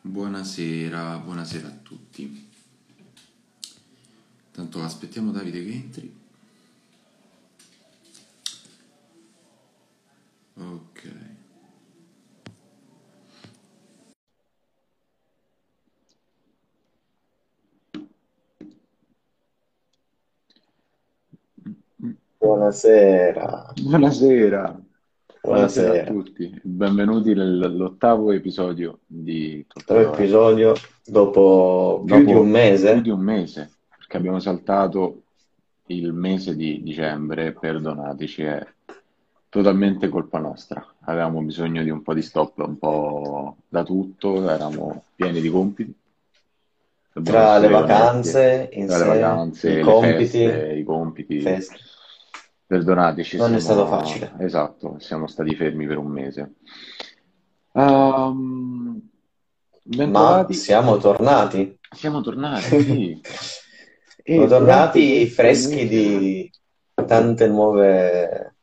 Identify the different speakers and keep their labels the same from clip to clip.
Speaker 1: Buonasera, buonasera a tutti. Tanto aspettiamo Davide che entri. Ok.
Speaker 2: Buonasera,
Speaker 1: Buonasera. Buonasera a
Speaker 2: buonasera.
Speaker 1: tutti. Benvenuti nell'ottavo episodio di
Speaker 2: Nuovo
Speaker 1: Tortora.
Speaker 2: episodio dopo più di un
Speaker 1: Dopo più di
Speaker 2: mese.
Speaker 1: un mese, perché abbiamo saltato il mese di dicembre, perdonateci, è totalmente colpa nostra. Avevamo bisogno di un po' di stop, un po' da tutto, eravamo pieni di compiti. Dobbiamo
Speaker 2: Tra le
Speaker 1: essere onesti,
Speaker 2: vacanze in
Speaker 1: tra le
Speaker 2: sé, i
Speaker 1: vacanze, le
Speaker 2: compiti,
Speaker 1: feste, i compiti,
Speaker 2: feste.
Speaker 1: perdonateci,
Speaker 2: Non è stato
Speaker 1: siamo,
Speaker 2: facile,
Speaker 1: esatto, siamo stati fermi per un mese. Ehm,
Speaker 2: ma
Speaker 1: Bentrovati,
Speaker 2: siamo tornati.
Speaker 1: siamo tornati, sì,
Speaker 2: Siamo
Speaker 1: e durante
Speaker 2: tornati
Speaker 1: questo
Speaker 2: freschi
Speaker 1: mese,
Speaker 2: di tante nuove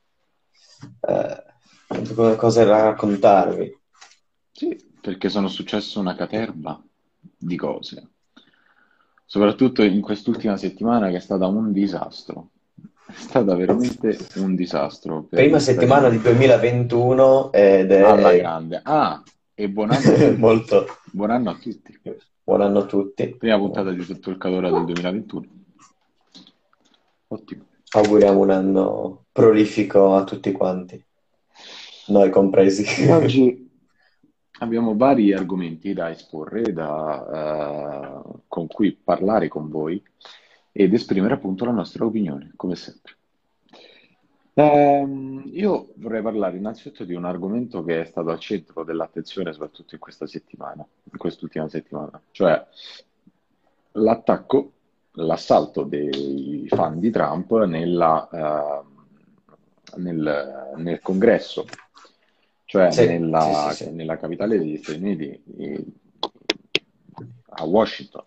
Speaker 2: cose da raccontarvi.
Speaker 1: sì, perché sono successe una caterva di cose, soprattutto in quest'ultima settimana che è stata un disastro. È stata veramente un disastro per
Speaker 2: Prima
Speaker 1: gli Stati
Speaker 2: settimana di
Speaker 1: Uniti.
Speaker 2: 2021 ed
Speaker 1: Alla
Speaker 2: è
Speaker 1: grande. Ah, e buon anno a tutti.
Speaker 2: molto
Speaker 1: Buon anno a tutti.
Speaker 2: buon anno a tutti.
Speaker 1: Prima puntata di Tutto il Calore del 2021. Ottimo.
Speaker 2: Auguriamo un anno prolifico a tutti quanti, noi compresi.
Speaker 1: E oggi abbiamo vari argomenti da esporre, con cui parlare con voi ed esprimere appunto la nostra opinione, come sempre. Io vorrei parlare innanzitutto di un argomento che è stato al centro dell'attenzione soprattutto in questa settimana, in quest'ultima settimana, cioè l'attacco, l'assalto dei fan di Trump nel congresso, cioè
Speaker 2: Sì, sì, sì, sì.
Speaker 1: nella capitale degli Stati Uniti, a Washington.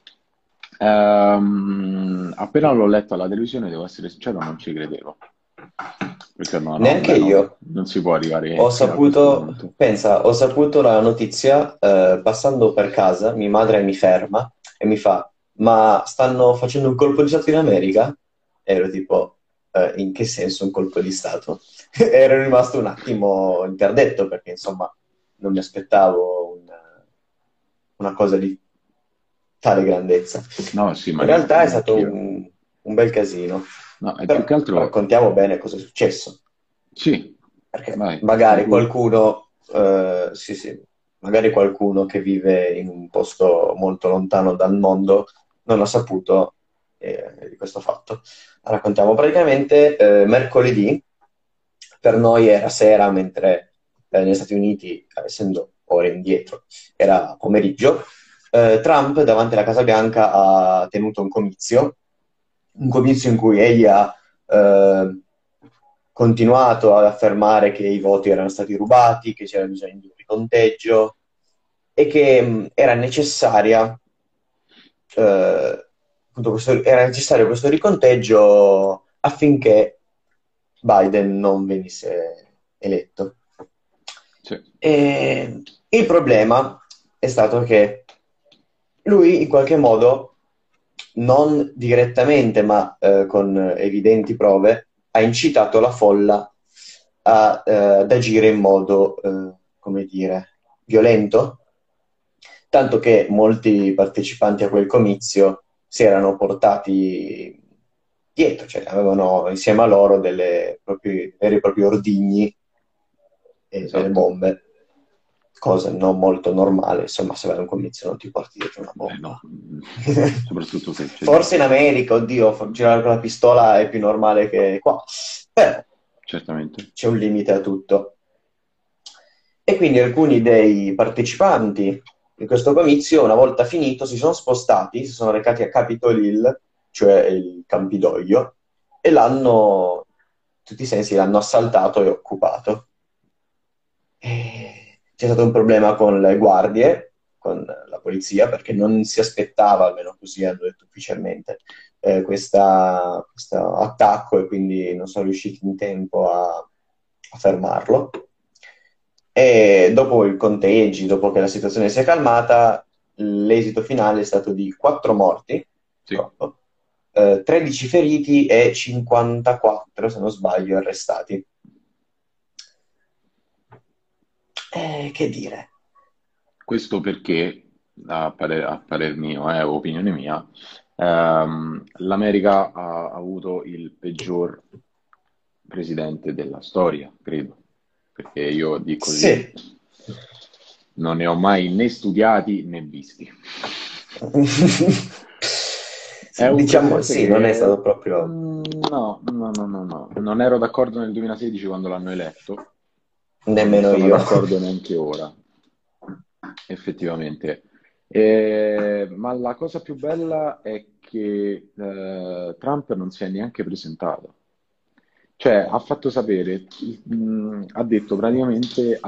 Speaker 1: Appena l'ho letto alla televisione, devo essere sincero, non ci credevo. Perché no, no,
Speaker 2: Neanche
Speaker 1: vabbè,
Speaker 2: io.
Speaker 1: non si può arrivare
Speaker 2: Ho
Speaker 1: fino a questo
Speaker 2: saputo,
Speaker 1: punto.
Speaker 2: pensa, ho saputo la notizia passando per casa, mia madre mi ferma e mi fa, ma stanno facendo un colpo di Stato in America? E ero tipo, in che senso un colpo di Stato? Ero rimasto un attimo interdetto perché insomma non mi aspettavo una cosa di tale grandezza.
Speaker 1: No, sì, ma
Speaker 2: In realtà è stato
Speaker 1: neanch'io.
Speaker 2: un bel casino,
Speaker 1: No, è più che
Speaker 2: però
Speaker 1: altro,
Speaker 2: raccontiamo bene cosa è successo,
Speaker 1: sì,
Speaker 2: perché
Speaker 1: vai, vai
Speaker 2: magari
Speaker 1: pure.
Speaker 2: qualcuno, sì, sì, magari qualcuno che vive in un posto molto lontano dal mondo non ha saputo di questo fatto. Raccontiamo praticamente mercoledì, per noi era sera, mentre negli Stati Uniti, essendo ore indietro, era pomeriggio. Trump davanti alla Casa Bianca ha tenuto un comizio in cui egli ha eh, continuato ad affermare che i voti erano stati rubati, che c'era bisogno di un riconteggio e che era necessaria appunto era necessario questo riconteggio affinché Biden non venisse eletto.
Speaker 1: Sì,
Speaker 2: E il problema è stato che lui in qualche modo, non direttamente, ma con evidenti prove, ha incitato la folla ad agire in modo, come dire, violento, tanto che molti partecipanti a quel comizio si erano portati dietro, cioè avevano insieme a loro veri e propri ordigni e delle
Speaker 1: esatto.
Speaker 2: bombe, cosa non molto normale, insomma, se vai a un comizio non ti porti dietro una
Speaker 1: Beh, no,
Speaker 2: bomba.
Speaker 1: soprattutto se c'è
Speaker 2: Forse in
Speaker 1: gente,
Speaker 2: America, oddio, girare con la pistola è più normale che qua, però
Speaker 1: certamente.
Speaker 2: c'è un limite a tutto. E quindi alcuni dei partecipanti di questo comizio, una volta finito, si sono spostati, si sono recati a Capitol Hill, cioè il Campidoglio, e l'hanno, in tutti i sensi, l'hanno assaltato e occupato. C'è stato un problema con le guardie, con la polizia, perché non si aspettava, almeno così hanno detto ufficialmente, questo attacco e quindi non sono riusciti in tempo a fermarlo. E dopo i conteggi, dopo che la situazione si è calmata, l'esito finale è stato di 4 morti,
Speaker 1: Sì.
Speaker 2: purtroppo, 13 feriti e 54, se non sbaglio, arrestati. Che dire?
Speaker 1: Questo perché, a parer mio, opinione mia, l'America ha avuto il peggior presidente della storia, credo, perché io di così
Speaker 2: Sì.
Speaker 1: non ne ho mai né studiati né visti. È un
Speaker 2: Diciamo,
Speaker 1: presidente
Speaker 2: sì, non è
Speaker 1: che
Speaker 2: stato proprio
Speaker 1: no, no, no, no, no, non ero d'accordo nel 2016 quando l'hanno eletto, non ne
Speaker 2: nemmeno
Speaker 1: sono
Speaker 2: io.
Speaker 1: d'accordo neanche ora, effettivamente. Ma la cosa più bella è che Trump non si è neanche presentato. Cioè, ha fatto sapere, ha detto praticamente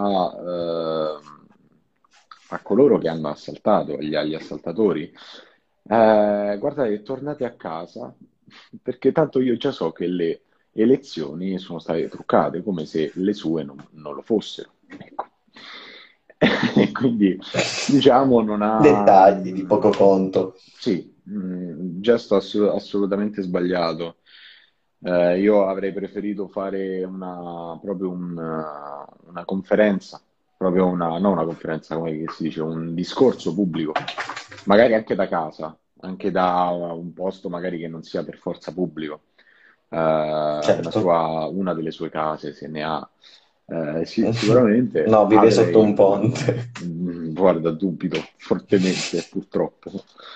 Speaker 1: a coloro che hanno assaltato, agli assaltatori, guardate, tornate a casa perché tanto io già so che le elezioni sono state truccate, come se le sue non lo fossero. Ecco. E quindi, diciamo, non ha...
Speaker 2: Dettagli di poco conto.
Speaker 1: sì, gesto assolutamente sbagliato. Io avrei preferito fare proprio una conferenza, proprio non una conferenza, come che si dice, un discorso pubblico, magari anche da casa, anche da un posto magari che non sia per forza pubblico.
Speaker 2: Certo.
Speaker 1: Una delle sue case, se ne ha, sicuramente
Speaker 2: No, vive sotto un
Speaker 1: avrei,
Speaker 2: ponte.
Speaker 1: guarda, dubito fortemente, purtroppo.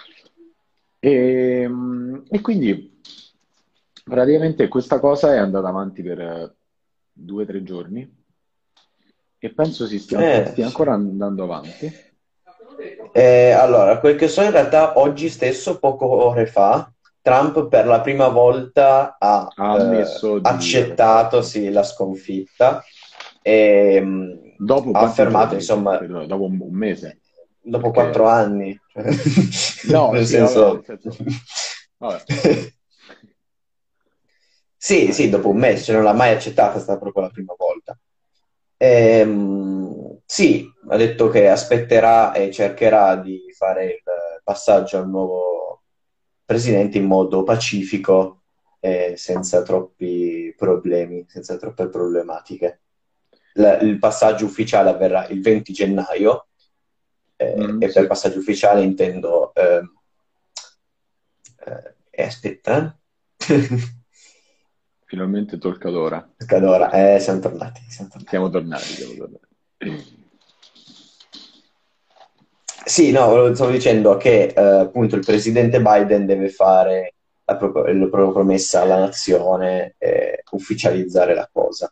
Speaker 1: E quindi praticamente questa cosa è andata avanti per 2 o 3 giorni e penso stia
Speaker 2: Sì.
Speaker 1: ancora andando avanti.
Speaker 2: Allora, quel che so in realtà oggi stesso, poche ore fa, Trump per la prima volta ha
Speaker 1: Ha ammesso di aver
Speaker 2: accettato
Speaker 1: perso.
Speaker 2: sì, la sconfitta e
Speaker 1: Dopo
Speaker 2: ha
Speaker 1: quanti
Speaker 2: affermato,
Speaker 1: giorni?
Speaker 2: insomma,
Speaker 1: Perdona, dopo un mese?
Speaker 2: dopo 4
Speaker 1: Perché...
Speaker 2: anni,
Speaker 1: No,
Speaker 2: nel
Speaker 1: sì, vabbè,
Speaker 2: senso...
Speaker 1: nel senso... Vabbè,
Speaker 2: Sì, sì, dopo un
Speaker 1: così.
Speaker 2: mese, cioè non l'ha mai accettata, è stata proprio la prima volta. Sì, ha detto che aspetterà e cercherà di fare il passaggio al nuovo presidente in modo pacifico e senza troppi problemi, senza troppe problematiche. Il passaggio ufficiale avverrà il 20 gennaio e per
Speaker 1: Sì,
Speaker 2: passaggio ufficiale intendo... aspetta.
Speaker 1: finalmente tocca l'ora.
Speaker 2: Scadora, siamo tornati, siamo tornati.
Speaker 1: Siamo tornati.
Speaker 2: Sì, no, stavo dicendo che appunto il presidente Biden deve fare la propria promessa alla nazione e ufficializzare la cosa.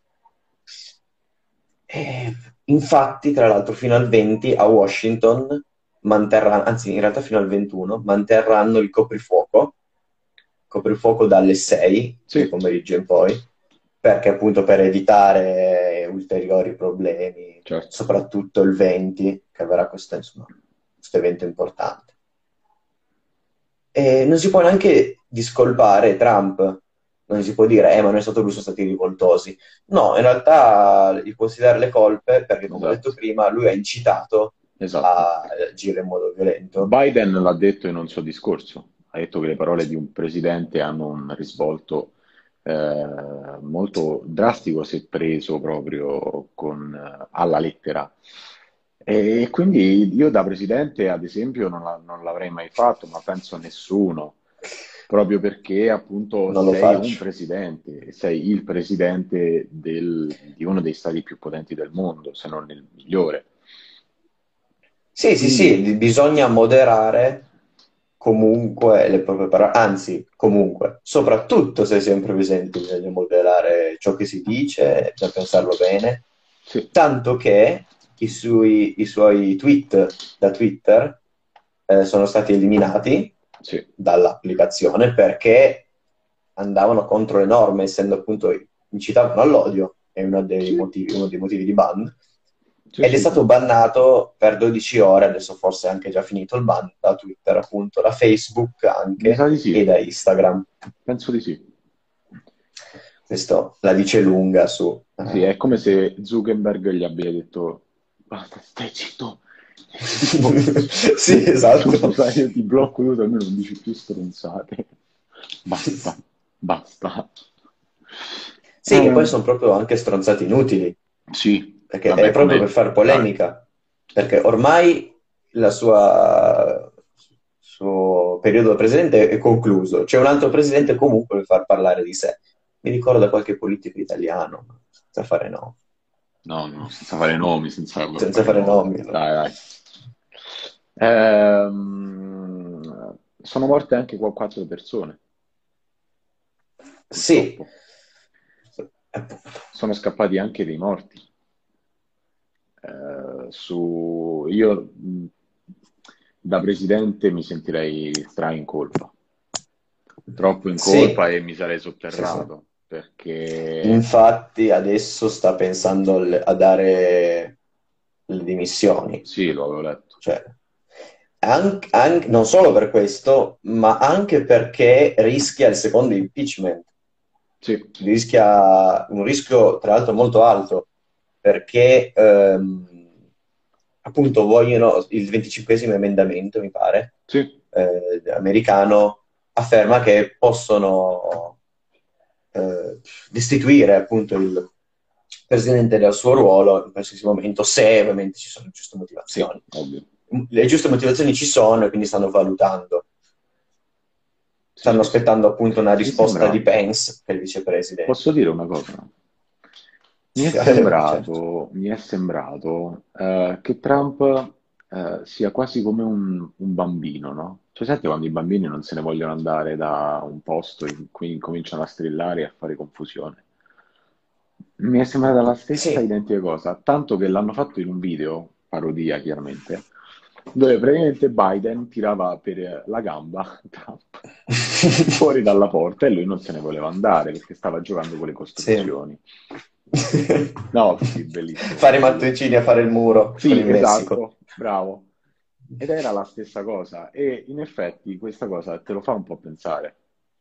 Speaker 2: E, infatti, tra l'altro, fino al 20 a Washington manterranno, anzi, in realtà fino al 21, manterranno il coprifuoco dalle 6 del
Speaker 1: Sì,
Speaker 2: pomeriggio in poi, perché appunto per evitare ulteriori problemi,
Speaker 1: certo.
Speaker 2: soprattutto il 20, che avrà questo, insomma, questo evento importante. E non si può neanche discolpare Trump, non si può dire, ma non è stato lui, sono stati rivoltosi. No, in realtà gli può dare le colpe perché, come ho detto
Speaker 1: Esatto,
Speaker 2: prima, lui ha incitato
Speaker 1: esatto.
Speaker 2: a agire in modo violento.
Speaker 1: Biden l'ha detto in un suo discorso, ha detto che le parole di un presidente hanno un risvolto molto drastico se preso proprio alla lettera. E quindi io da presidente, ad esempio, non l'avrei mai fatto, ma penso a nessuno, proprio perché appunto
Speaker 2: Non lo
Speaker 1: sei un
Speaker 2: faccio.
Speaker 1: presidente, sei il presidente di uno dei stati più potenti del mondo, se non il migliore.
Speaker 2: Sì, sì, sì,
Speaker 1: Quindi,
Speaker 2: bisogna moderare comunque le proprie parole, anzi, comunque, soprattutto se è sempre presente, bisogna moderare ciò che si dice, bisogna pensarlo bene,
Speaker 1: sì,
Speaker 2: tanto che i suoi tweet da Twitter sono stati eliminati
Speaker 1: sì.
Speaker 2: dall'applicazione perché andavano contro le norme, essendo appunto incitavano all'odio, è
Speaker 1: Sì,
Speaker 2: uno dei motivi di ban,
Speaker 1: sì,
Speaker 2: ed è
Speaker 1: sì, sì.
Speaker 2: stato bannato per 12 ore, adesso forse è anche già finito il ban, da Twitter appunto, da Facebook
Speaker 1: Mi sa
Speaker 2: anche
Speaker 1: di sì,
Speaker 2: e da Instagram.
Speaker 1: penso di sì.
Speaker 2: Questo la dice lunga su...
Speaker 1: Sì, è come se Zuckerberg gli abbia detto, basta, stai zitto.
Speaker 2: Sì, esatto.
Speaker 1: Sai, io ti blocco, io almeno non dici più stronzate. Basta, basta.
Speaker 2: Sì, che poi sono proprio anche stronzati inutili,
Speaker 1: Sì,
Speaker 2: perché è
Speaker 1: vabbè,
Speaker 2: proprio per
Speaker 1: come...
Speaker 2: fare
Speaker 1: Dai,
Speaker 2: polemica, perché ormai il suo periodo da presidente è concluso, c'è un altro presidente comunque per far parlare di sé. Mi ricorda qualche politico italiano, ma senza fare no,
Speaker 1: no, no, senza fare nomi, senza
Speaker 2: senza
Speaker 1: fare
Speaker 2: fare
Speaker 1: nomi.
Speaker 2: nomi. No?
Speaker 1: Dai, dai. Sono morte anche quattro persone,
Speaker 2: Sì,
Speaker 1: purtroppo.
Speaker 2: appunto.
Speaker 1: Sono scappati anche dei morti. Io da presidente mi sentirei stra in colpa, troppo in colpa
Speaker 2: Sì,
Speaker 1: e mi sarei
Speaker 2: sì, sì.
Speaker 1: sotterrato perché
Speaker 2: Infatti adesso sta pensando a dare le dimissioni.
Speaker 1: sì, lo avevo letto.
Speaker 2: Cioè, non solo per questo, ma anche perché rischia il secondo impeachment.
Speaker 1: Sì,
Speaker 2: Rischia un rischio, tra l'altro, molto alto, perché appunto vogliono il 25esimo emendamento, mi pare,
Speaker 1: sì,
Speaker 2: americano, afferma che possono destituire appunto il presidente dal suo ruolo in qualsiasi momento, se ovviamente ci sono le giuste
Speaker 1: sì,
Speaker 2: motivazioni.
Speaker 1: ovvio.
Speaker 2: Le giuste motivazioni ci sono e quindi stanno valutando.
Speaker 1: Sì,
Speaker 2: Stanno
Speaker 1: sì, sì.
Speaker 2: aspettando appunto una
Speaker 1: Mi
Speaker 2: risposta
Speaker 1: sembra,
Speaker 2: di Pence, che è il vicepresidente.
Speaker 1: posso dire una cosa?
Speaker 2: Sì, certo.
Speaker 1: Mi è sembrato che Trump sia quasi come un bambino, no? Cioè, senti quando i bambini non se ne vogliono andare da un posto in cui incominciano a strillare e a fare confusione. Mi è sembrata la stessa
Speaker 2: Sì.
Speaker 1: identica cosa, tanto che l'hanno fatto in un video, parodia chiaramente, dove praticamente Biden tirava per la gamba Trump fuori dalla porta e lui non se ne voleva andare perché stava giocando con le
Speaker 2: Sì.
Speaker 1: costruzioni. No, sì, bellissimo,
Speaker 2: Fare i
Speaker 1: bellissimo.
Speaker 2: mattoncini a fare il muro con
Speaker 1: Sì,
Speaker 2: il Messico.
Speaker 1: esatto, bravo. Ed era la stessa cosa e in effetti questa cosa te lo fa un po' pensare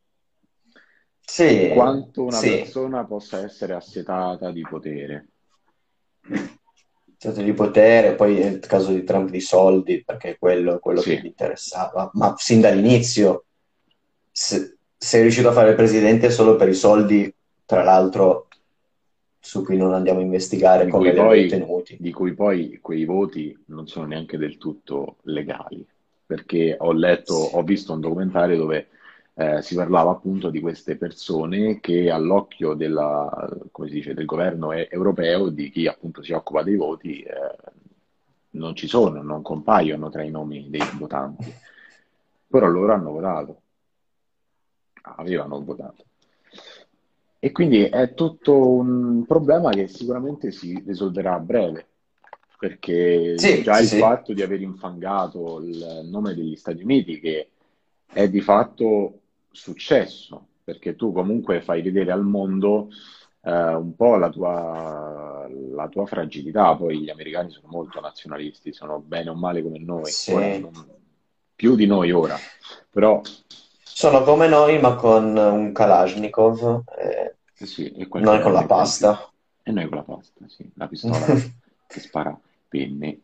Speaker 2: Sì,
Speaker 1: quanto una
Speaker 2: sì.
Speaker 1: persona possa essere assetata di potere.
Speaker 2: Stato di potere, poi nel caso di Trump di soldi, perché quello è quello che
Speaker 1: Sì,
Speaker 2: gli interessava, ma sin dall'inizio sei riuscito a fare il presidente solo per i soldi, tra l'altro, su cui non andiamo a investigare
Speaker 1: di cui
Speaker 2: come li abbia
Speaker 1: poi,
Speaker 2: ottenuti.
Speaker 1: di cui poi quei voti non sono neanche del tutto legali, perché ho letto, ho visto un documentario dove si parlava appunto di queste persone che all'occhio come si dice, del governo europeo, di chi appunto si occupa dei voti, non ci sono, non compaiono tra i nomi dei votanti, però loro hanno votato, avevano votato. E quindi è tutto un problema che sicuramente si risolverà a breve, perché
Speaker 2: Sì,
Speaker 1: già
Speaker 2: sì,
Speaker 1: il
Speaker 2: sì.
Speaker 1: fatto di aver infangato il nome degli Stati Uniti, che è di fatto successo, perché tu comunque fai vedere al mondo un po' la tua fragilità. Poi gli americani sono molto nazionalisti, sono bene o male come noi, ora
Speaker 2: Sì.
Speaker 1: più di noi ora, però
Speaker 2: Sono come noi, ma con un Kalashnikov,
Speaker 1: sì, e qualche
Speaker 2: non con
Speaker 1: arma
Speaker 2: la
Speaker 1: in più.
Speaker 2: pasta.
Speaker 1: E noi con la pasta, sì, la pistola che spara penne.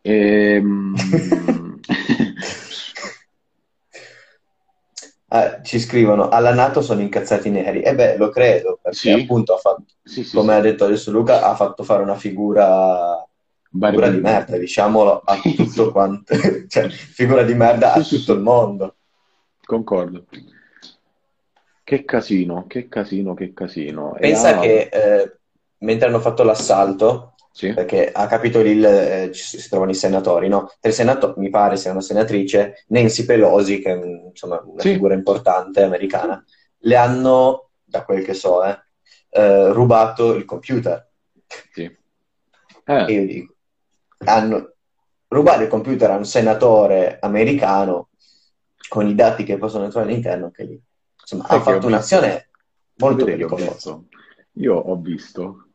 Speaker 2: Ci scrivono, alla Nato sono incazzati neri. E beh, lo credo, perché
Speaker 1: Sì,
Speaker 2: appunto
Speaker 1: sì, sì,
Speaker 2: come ha
Speaker 1: sì,
Speaker 2: detto adesso Luca, ha fatto fare una figura di
Speaker 1: Barbina.
Speaker 2: merda, diciamolo, a
Speaker 1: Sì,
Speaker 2: tutto
Speaker 1: sì.
Speaker 2: quanto, cioè, figura di merda
Speaker 1: Sì,
Speaker 2: a
Speaker 1: sì,
Speaker 2: tutto il
Speaker 1: sì,
Speaker 2: mondo.
Speaker 1: concordo. Che casino, che casino, che casino. E
Speaker 2: Pensa
Speaker 1: ha...
Speaker 2: che mentre hanno fatto l'assalto,
Speaker 1: Sì,
Speaker 2: perché a Capitol Hill si trovano i senatori, no? Tra i senatori, mi pare sia una senatrice, Nancy Pelosi, che è insomma una
Speaker 1: sì,
Speaker 2: figura importante
Speaker 1: sì,
Speaker 2: americana, le hanno, da quel che so, rubato il computer.
Speaker 1: sì.
Speaker 2: E io dico, hanno rubare il computer a un senatore americano con i dati che possono trovare all'interno, che lì, insomma,
Speaker 1: Sai
Speaker 2: hanno
Speaker 1: che ho
Speaker 2: fatto
Speaker 1: visto?
Speaker 2: un'azione molto
Speaker 1: Sapete che ho
Speaker 2: pericolosa.
Speaker 1: visto? Io ho visto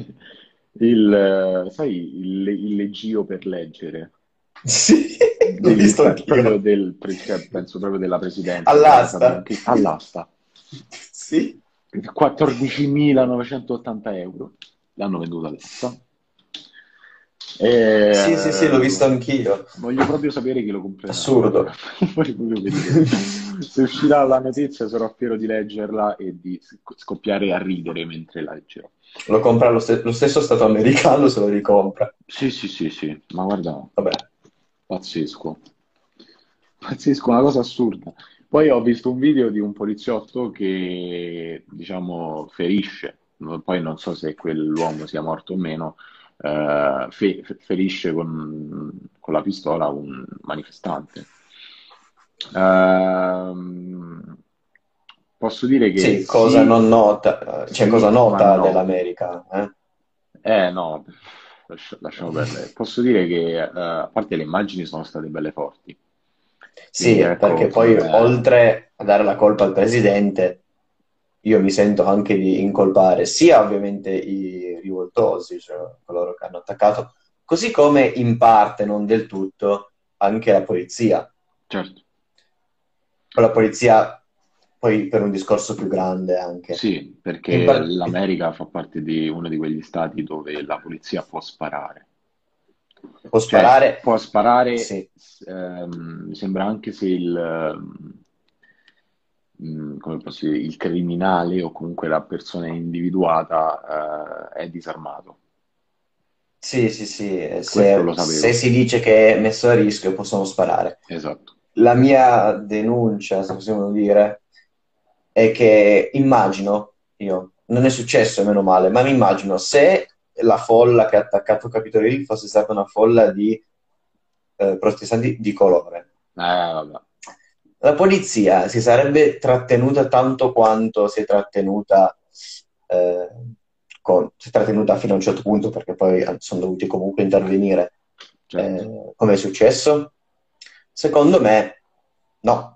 Speaker 1: sai, il leggio per leggere.
Speaker 2: Sì, l'ho visto
Speaker 1: Proprio
Speaker 2: anch'io.
Speaker 1: cioè, penso proprio della presidenza, della Casa
Speaker 2: All'asta.
Speaker 1: Bianca, all'asta.
Speaker 2: Sì.
Speaker 1: 14.980 euro l'hanno venduta all'asta.
Speaker 2: Sì, sì, sì, l'ho
Speaker 1: Eh,
Speaker 2: visto anch'io.
Speaker 1: voglio proprio sapere chi lo comprerà.
Speaker 2: Assurdo.
Speaker 1: Voglio proprio vedere. Se uscirà la notizia sarò fiero di leggerla e di scoppiare a ridere mentre la leggerò.
Speaker 2: Lo compra lo stesso Stato americano, se lo ricompra.
Speaker 1: Sì, sì, sì, sì, ma guarda,
Speaker 2: Vabbè.
Speaker 1: pazzesco. Pazzesco, una cosa assurda. Poi ho visto un video di un poliziotto che, diciamo, ferisce, poi non so se quell'uomo sia morto o meno, ferisce con la pistola un manifestante. Ehm, Posso dire che
Speaker 2: Sì, cosa
Speaker 1: sì,
Speaker 2: non nota, cioè cosa
Speaker 1: sì, ma
Speaker 2: nota
Speaker 1: no.
Speaker 2: dell'America, eh?
Speaker 1: No, lasciamo perdere. Posso dire che, a parte le immagini sono state belle forti, quindi
Speaker 2: Sì,
Speaker 1: ecco,
Speaker 2: perché
Speaker 1: secondo
Speaker 2: poi
Speaker 1: me,
Speaker 2: oltre a dare la colpa al presidente, io mi sento anche di incolpare sia ovviamente i rivoltosi, cioè coloro che hanno attaccato, così come in parte, non del tutto, anche la polizia.
Speaker 1: certo,
Speaker 2: Con la polizia poi per un discorso più grande anche.
Speaker 1: sì,
Speaker 2: In
Speaker 1: perché
Speaker 2: par-
Speaker 1: l'America fa parte di uno di quegli stati dove la polizia può sparare.
Speaker 2: Può
Speaker 1: Cioè,
Speaker 2: sparare,
Speaker 1: può sparare,
Speaker 2: sì,
Speaker 1: mi sembra anche se come posso dire, il criminale o comunque la persona individuata, è disarmato.
Speaker 2: sì, sì, sì,
Speaker 1: Questo lo
Speaker 2: se
Speaker 1: sapevo,
Speaker 2: si dice che è messo a rischio possono sparare.
Speaker 1: esatto.
Speaker 2: La mia denuncia, se possiamo dire, è che immagino, io, non è successo, meno male, ma mi immagino se la folla che ha attaccato Capitolo Hill fosse stata una folla di protestanti di colore.
Speaker 1: Vabbè.
Speaker 2: La polizia si sarebbe trattenuta tanto quanto si è trattenuta, eh, si è trattenuta fino a un certo punto perché poi sono dovuti comunque intervenire,
Speaker 1: Certo.
Speaker 2: come è successo? Secondo me no,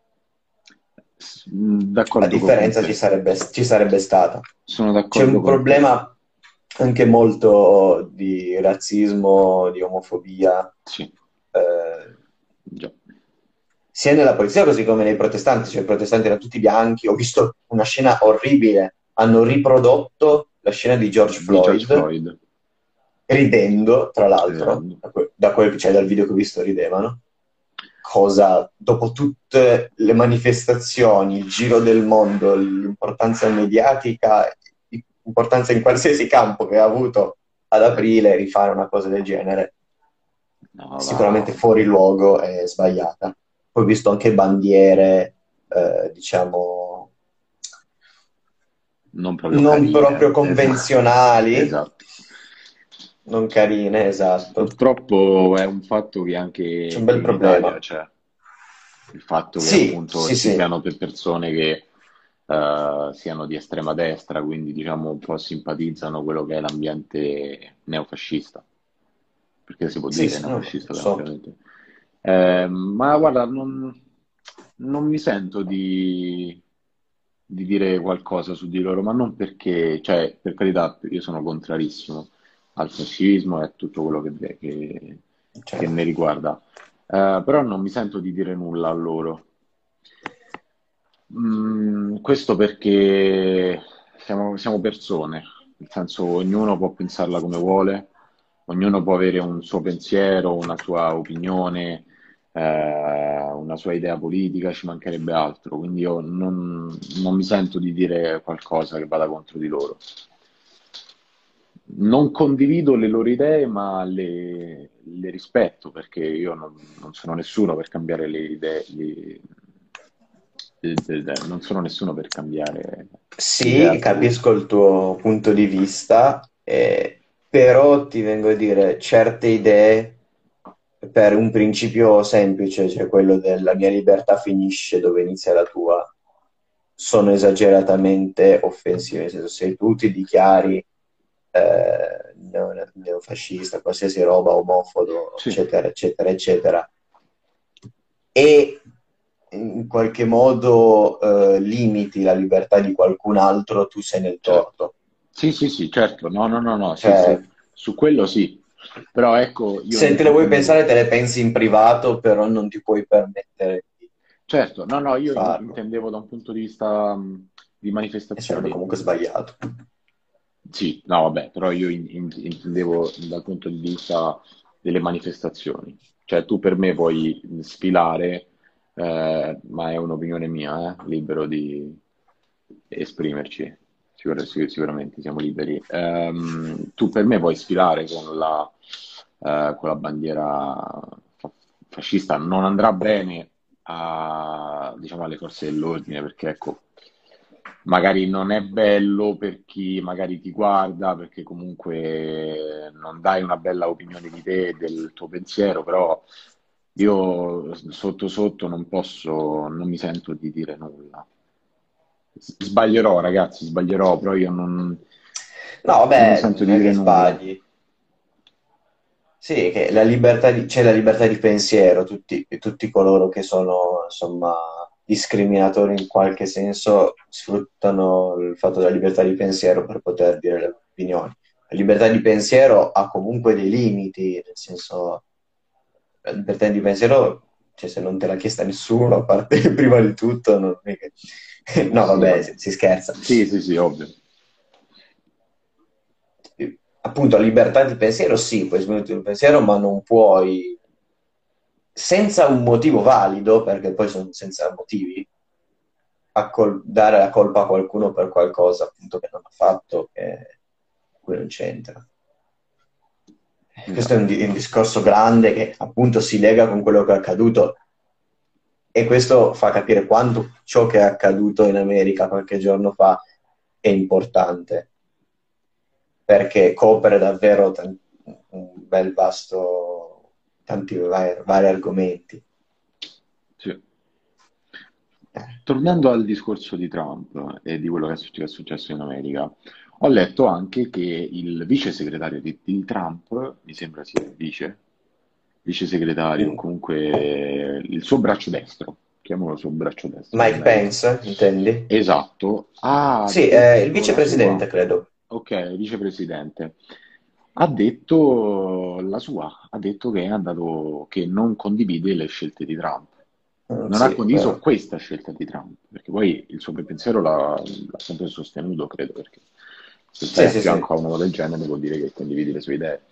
Speaker 2: la
Speaker 1: D'accordo con
Speaker 2: differenza
Speaker 1: te,
Speaker 2: ci sarebbe stata.
Speaker 1: sono
Speaker 2: C'è
Speaker 1: d'accordo
Speaker 2: un
Speaker 1: con te.
Speaker 2: problema anche molto di razzismo, di omofobia,
Speaker 1: Sì,
Speaker 2: eh,
Speaker 1: già.
Speaker 2: sia nella polizia così come nei protestanti, cioè i protestanti erano tutti bianchi. Ho visto una scena orribile, hanno riprodotto la scena di George
Speaker 1: Di George
Speaker 2: Floyd,
Speaker 1: Floyd.
Speaker 2: ridendo, tra l'altro,
Speaker 1: Eh,
Speaker 2: da quel che c'è dal video che ho visto ridevano, cosa, dopo tutte le manifestazioni, il giro del mondo, l'importanza mediatica, l'importanza in qualsiasi campo che ha avuto ad aprile, rifare una cosa del genere,
Speaker 1: no,
Speaker 2: sicuramente fuori luogo e sbagliata. Poi ho visto anche bandiere, diciamo,
Speaker 1: non proprio
Speaker 2: non
Speaker 1: carine.
Speaker 2: proprio convenzionali,
Speaker 1: Esatto.
Speaker 2: non carine, esatto.
Speaker 1: Purtroppo è un fatto che anche
Speaker 2: C'è un bel
Speaker 1: in Italia
Speaker 2: problema.
Speaker 1: c'è. Il fatto che
Speaker 2: Sì,
Speaker 1: appunto
Speaker 2: sì,
Speaker 1: ci
Speaker 2: sì,
Speaker 1: siano persone che siano di estrema destra, quindi diciamo un po' simpatizzano quello che è l'ambiente neofascista, perché si può
Speaker 2: sì,
Speaker 1: dire
Speaker 2: sì, no, no,
Speaker 1: neofascista
Speaker 2: so.
Speaker 1: tranquillamente. Ma guarda, non mi sento di dire qualcosa su di loro, ma non perché, cioè, per carità, io sono contrarissimo al fascismo e a tutto quello che
Speaker 2: Certo.
Speaker 1: ne riguarda. Però non mi sento di dire nulla a loro. Questo perché siamo persone, nel senso ognuno può pensarla come vuole, ognuno può avere un suo pensiero, una sua opinione, una sua idea politica, ci mancherebbe altro, quindi io non mi sento di dire qualcosa che vada contro di loro. Non condivido le loro idee, ma le rispetto perché io non sono nessuno per cambiare le idee, non sono nessuno per cambiare idee
Speaker 2: Sì,
Speaker 1: altrui.
Speaker 2: capisco il tuo punto di vista, però ti vengo a dire certe idee per un principio semplice, cioè quello della mia libertà finisce dove inizia la tua, sono esageratamente offensive. Nel senso, se tu ti dichiari neofascista, qualsiasi roba, omofobo,
Speaker 1: Sì,
Speaker 2: eccetera, eccetera, eccetera, e in qualche modo limiti la libertà di qualcun altro, tu sei nel
Speaker 1: certo.
Speaker 2: torto.
Speaker 1: Sì, sì, sì, certo. No, no, no, no, sì,
Speaker 2: Cioè,
Speaker 1: su quello sì. Però ecco, io
Speaker 2: se te le vuoi
Speaker 1: intendevo.
Speaker 2: pensare, te le pensi in privato, però non ti puoi permettere di
Speaker 1: Certo, no, no, io
Speaker 2: farlo.
Speaker 1: intendevo da un punto di vista di
Speaker 2: E sarebbe
Speaker 1: manifestazioni.
Speaker 2: comunque sbagliato.
Speaker 1: Sì, no, vabbè, però io intendevo dal punto di vista delle manifestazioni. Cioè, tu per me puoi sfilare, ma è un'opinione mia, libero di esprimerci. Sicuramente siamo liberi. Tu per me puoi sfilare con la bandiera fa- fascista, non andrà bene diciamo, alle forze dell'ordine, perché ecco, magari non è bello per chi magari ti guarda, perché comunque non dai una bella opinione di te e del tuo pensiero, però io sotto sotto non posso, non mi sento di dire nulla. Sbaglierò, ragazzi, sbaglierò, però io
Speaker 2: No,
Speaker 1: non mi
Speaker 2: vabbè,
Speaker 1: sento
Speaker 2: non
Speaker 1: di
Speaker 2: è che
Speaker 1: dire nulla.
Speaker 2: sbagli. Sì, che c'è la libertà di pensiero, tutti coloro che sono, insomma, discriminatori in qualche senso sfruttano il fatto della libertà di pensiero per poter dire le loro opinioni. La libertà di pensiero ha comunque dei limiti, nel senso, la libertà di pensiero, cioè, se non te l'ha chiesta nessuno, a parte prima di tutto, non è che... No,
Speaker 1: Sì,
Speaker 2: vabbè,
Speaker 1: vabbè.
Speaker 2: si scherza.
Speaker 1: Sì, sì, sì, ovvio.
Speaker 2: Appunto, libertà di pensiero, sì, puoi esprimere il pensiero, ma non puoi, senza un motivo valido, perché poi sono senza motivi, dare la colpa a qualcuno per qualcosa appunto che non ha fatto, che cui non c'entra. Questo è
Speaker 1: Esatto.
Speaker 2: un discorso grande che appunto si lega con quello che è accaduto e questo fa capire quanto ciò che è accaduto in America qualche giorno fa è importante, perché copre davvero un bel vasto, tanti vari argomenti.
Speaker 1: Sì.
Speaker 2: Eh,
Speaker 1: Tornando al discorso di Trump e di quello che è successo in America, ho letto anche che il vice segretario di Trump, mi sembra sia il vice segretario,
Speaker 2: mm.
Speaker 1: comunque il suo braccio destro, chiamiamolo suo braccio destro in
Speaker 2: Mike
Speaker 1: America,
Speaker 2: Pence, intendi?
Speaker 1: esatto, ha
Speaker 2: Sì, il
Speaker 1: detto la sua,
Speaker 2: vicepresidente, credo.
Speaker 1: ok, vicepresidente, ha detto la sua, ha detto che è andato, che non condivide le scelte di Trump. Non ha
Speaker 2: Sì,
Speaker 1: condiviso
Speaker 2: vero.
Speaker 1: questa scelta di Trump, perché poi il suo pensiero l'ha sempre sostenuto, credo, perché se stai
Speaker 2: Sì,
Speaker 1: a
Speaker 2: sì, sì.
Speaker 1: fianco a uno del genere vuol dire che condividi le sue idee.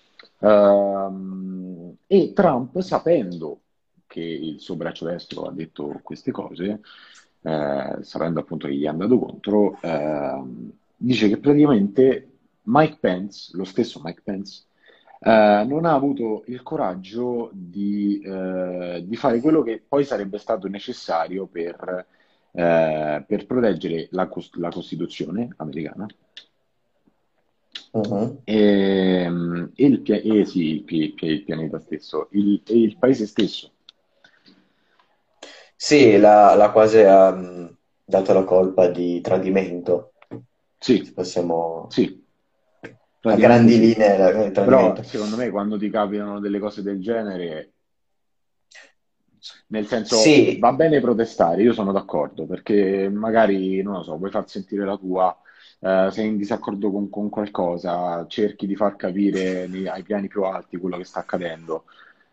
Speaker 1: E Trump, sapendo che il suo braccio destro ha detto queste cose, sapendo appunto che gli è andato contro, dice che praticamente Mike Pence, lo stesso Mike Pence, non ha avuto il coraggio di fare quello che poi sarebbe stato necessario per proteggere la Costituzione americana
Speaker 2: Mhm.
Speaker 1: sì, il pianeta stesso, e il paese stesso.
Speaker 2: Sì, l'ha quasi dato la colpa di tradimento, se
Speaker 1: Sì,
Speaker 2: possiamo...
Speaker 1: sì,
Speaker 2: A
Speaker 1: praticamente
Speaker 2: grandi
Speaker 1: sì.
Speaker 2: linee il
Speaker 1: Però
Speaker 2: tradimento.
Speaker 1: secondo me quando ti capitano delle cose del genere, nel senso,
Speaker 2: Sì,
Speaker 1: va bene protestare, io sono d'accordo, perché magari, non lo so, vuoi far sentire la tua, sei in disaccordo con qualcosa, cerchi di far capire ai piani più alti quello che sta accadendo.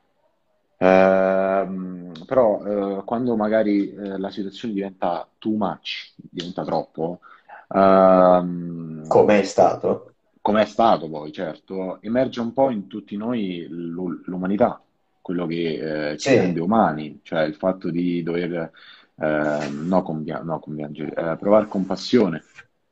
Speaker 1: Però quando magari la situazione diventa too much, diventa troppo,
Speaker 2: come è stato.
Speaker 1: come è stato poi, certo, emerge un po' in tutti noi l'umanità, quello che ci rende
Speaker 2: Sì,
Speaker 1: umani, cioè il fatto di dover no, compiangere, provare compassione.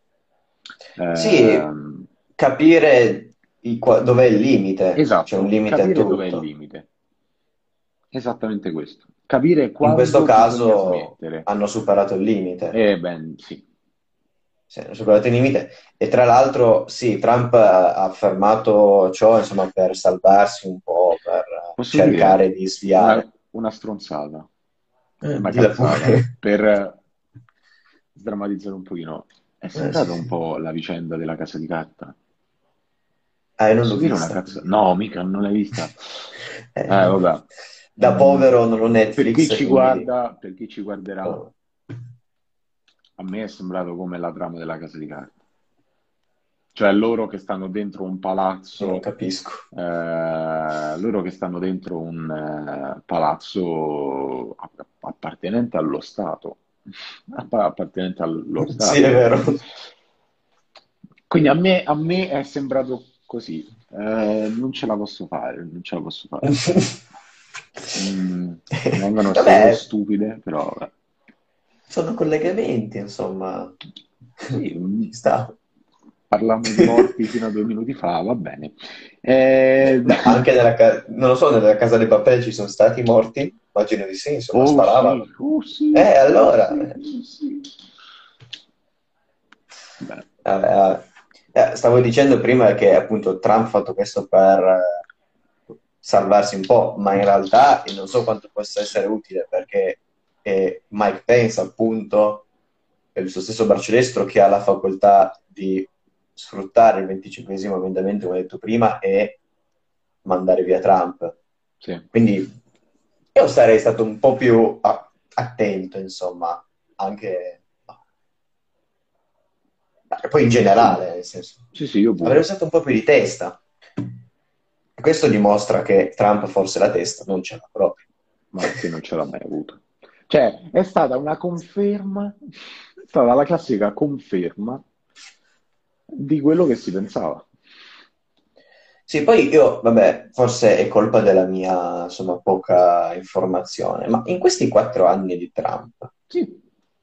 Speaker 2: sì,
Speaker 1: Ehm,
Speaker 2: capire dov'è il limite, c'è un
Speaker 1: esatto,
Speaker 2: limite a
Speaker 1: capire dov'è il
Speaker 2: tutto.
Speaker 1: limite. Esattamente questo. Capire
Speaker 2: In questo
Speaker 1: quando bisogna
Speaker 2: caso
Speaker 1: smettere.
Speaker 2: hanno superato il limite.
Speaker 1: Ben, sì.
Speaker 2: Sì, hanno superato il limite. E tra l'altro, sì, Trump ha affermato ciò, insomma, per salvarsi un po', per
Speaker 1: Posso
Speaker 2: cercare
Speaker 1: dire
Speaker 2: di sviare.
Speaker 1: una stronzata, una
Speaker 2: Dilla
Speaker 1: cazzata,
Speaker 2: pure.
Speaker 1: per sdrammatizzare un pochino. È
Speaker 2: Sì,
Speaker 1: sembrata un
Speaker 2: sì.
Speaker 1: po' la vicenda della casa di carta.
Speaker 2: Non l'ho
Speaker 1: Posso dire una
Speaker 2: vista,
Speaker 1: cazzata?
Speaker 2: quindi...
Speaker 1: No, mica, non l'hai vista.
Speaker 2: No.
Speaker 1: Vabbè.
Speaker 2: Da povero non ho
Speaker 1: Per chi
Speaker 2: Netflix,
Speaker 1: ci
Speaker 2: quindi...
Speaker 1: guarda, per chi ci guarderà,
Speaker 2: oh,
Speaker 1: a me è sembrato come la trama della casa di carta. Cioè loro che stanno dentro un
Speaker 2: non
Speaker 1: palazzo,
Speaker 2: capisco.
Speaker 1: loro che stanno dentro un palazzo appartenente allo Stato, appartenente allo
Speaker 2: Sì, è
Speaker 1: Stato.
Speaker 2: vero.
Speaker 1: Quindi a me è sembrato così. Non ce la posso fare, non ce la posso fare. Mi vengono queste cose
Speaker 2: Vabbè,
Speaker 1: stupide, però vabbè.
Speaker 2: sono collegamenti, insomma,
Speaker 1: Sì,
Speaker 2: ci sta.
Speaker 1: parlavamo di morti fino a 2 minuti fa, va bene.
Speaker 2: Ma anche non lo so, nella casa dei papel ci sono stati morti? Immagino di sì, insomma,
Speaker 1: Oh sì,
Speaker 2: sparavano.
Speaker 1: oh sì, oh
Speaker 2: Allora,
Speaker 1: sì, oh sì. Beh,
Speaker 2: vabbè, vabbè. Stavo dicendo prima che appunto Trump ha fatto questo per salvarsi un po', ma in realtà non so quanto possa essere utile perché Mike Pence, appunto, è il suo stesso braccio destro che ha la facoltà di sfruttare il 25esimo emendamento, come ho detto prima, e mandare via Trump.
Speaker 1: sì.
Speaker 2: Quindi io sarei stato un po' più attento, insomma, anche e poi in
Speaker 1: Sì,
Speaker 2: generale, nel senso,
Speaker 1: sì, sì, io
Speaker 2: avrei
Speaker 1: pure.
Speaker 2: usato un po' più di testa. E questo dimostra che Trump forse la testa non ce l'ha proprio.
Speaker 1: Ma che non ce l'ha mai avuto. Cioè, è stata una conferma, è stata la classica conferma di quello che si pensava.
Speaker 2: Sì, poi io, vabbè, forse è colpa della mia, insomma, poca informazione, ma in questi 4 anni di Trump,
Speaker 1: Sì,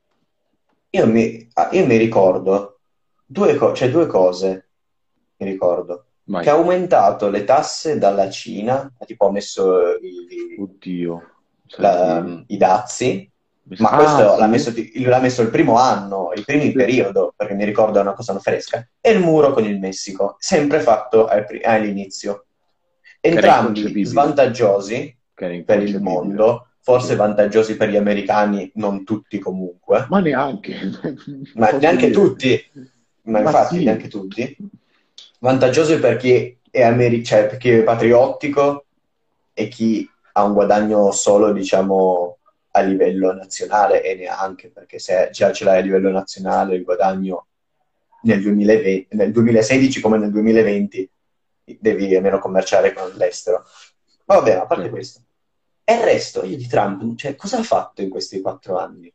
Speaker 2: io mi ricordo cioè due cose, mi ricordo, che
Speaker 1: vai.
Speaker 2: ha aumentato le tasse dalla Cina, tipo ha messo
Speaker 1: Oddio, sai.
Speaker 2: i dazi, ma
Speaker 1: Ah,
Speaker 2: questo l'ha
Speaker 1: sì?
Speaker 2: messo, l'ha messo il primo anno, il primo in
Speaker 1: Sì.
Speaker 2: periodo, perché mi ricordo è una cosa fresca, e il muro con il Messico, sempre fatto all'inizio.
Speaker 1: Che era
Speaker 2: Entrambi
Speaker 1: inconcepibile.
Speaker 2: svantaggiosi
Speaker 1: Che era
Speaker 2: per il
Speaker 1: inconcepibile.
Speaker 2: mondo, forse
Speaker 1: Sì.
Speaker 2: vantaggiosi per gli americani, non tutti comunque,
Speaker 1: Ma neanche,
Speaker 2: ma
Speaker 1: posso
Speaker 2: neanche
Speaker 1: dire.
Speaker 2: tutti, ma
Speaker 1: Ma
Speaker 2: infatti
Speaker 1: sì.
Speaker 2: neanche tutti, vantaggiosi per chi è, cioè, per chi è patriottico e chi ha un guadagno solo, diciamo, a livello nazionale e neanche, perché se già ce l'hai a livello nazionale il guadagno nel 2020, nel 2016 come nel 2020 devi almeno commerciare con l'estero. Ma vabbè, a parte
Speaker 1: Cioè,
Speaker 2: questo. E il resto, io di Trump, cioè, cosa ha fatto in questi 4 anni?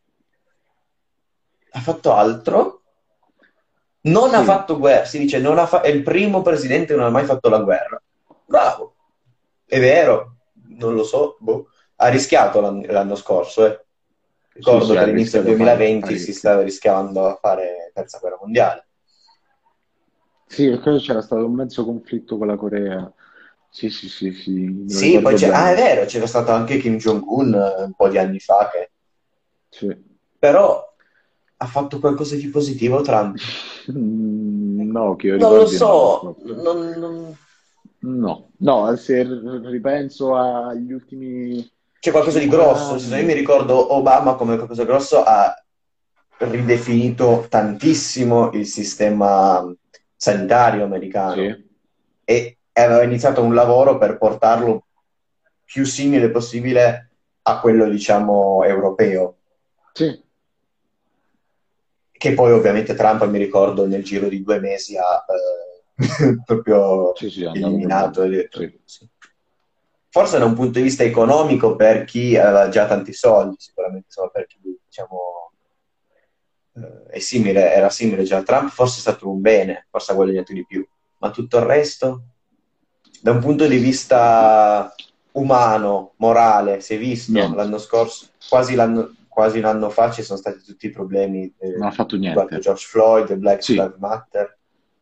Speaker 2: Ha fatto altro? Non ha
Speaker 1: sì.
Speaker 2: fatto guerra, si dice, è il primo presidente che non ha mai fatto la guerra. Bravo, è vero, non lo so, boh. Ha rischiato l'anno scorso, eh.
Speaker 1: Sì,
Speaker 2: Ricordo
Speaker 1: sì,
Speaker 2: che
Speaker 1: ha
Speaker 2: all'inizio del
Speaker 1: rischiato
Speaker 2: 2020 si
Speaker 1: parecchio.
Speaker 2: stava rischiando a fare terza guerra mondiale.
Speaker 1: Sì, perché c'era stato un mezzo conflitto con la Corea. Sì, sì, sì, sì, me lo
Speaker 2: Sì, poi
Speaker 1: ricordo
Speaker 2: c'è, è
Speaker 1: bene.
Speaker 2: vero, c'era stato anche Kim Jong-un un po' di anni fa, che
Speaker 1: Sì.
Speaker 2: però ha fatto qualcosa di positivo Trump.
Speaker 1: No, che io
Speaker 2: Non lo
Speaker 1: ricordi no,
Speaker 2: so,
Speaker 1: purtroppo.
Speaker 2: non.
Speaker 1: No, no, se ripenso agli ultimi
Speaker 2: C'è qualcosa di
Speaker 1: 5
Speaker 2: grosso. Se io mi
Speaker 1: anni,
Speaker 2: ricordo Obama come qualcosa di grosso ha ridefinito tantissimo il sistema sanitario americano
Speaker 1: sì,
Speaker 2: e aveva iniziato un lavoro per portarlo più simile possibile a quello, diciamo, europeo,
Speaker 1: sì,
Speaker 2: che poi ovviamente Trump, mi ricordo, nel giro di 2 mesi ha proprio
Speaker 1: sì, sì, è andato
Speaker 2: eliminato.
Speaker 1: proprio,
Speaker 2: E detto,
Speaker 1: sì,
Speaker 2: sì. Forse da un punto di vista economico per chi aveva già tanti soldi, sicuramente insomma, per chi diciamo, era simile già a Trump, forse è stato un bene, forse ha guadagnato di più, ma tutto il resto, da un punto di vista umano, morale, si è visto
Speaker 1: niente,
Speaker 2: l'anno scorso, quasi un anno fa ci sono stati tutti i problemi
Speaker 1: non ha fatto
Speaker 2: riguardo
Speaker 1: niente.
Speaker 2: George Floyd, Black
Speaker 1: Sì,
Speaker 2: Lives Matter.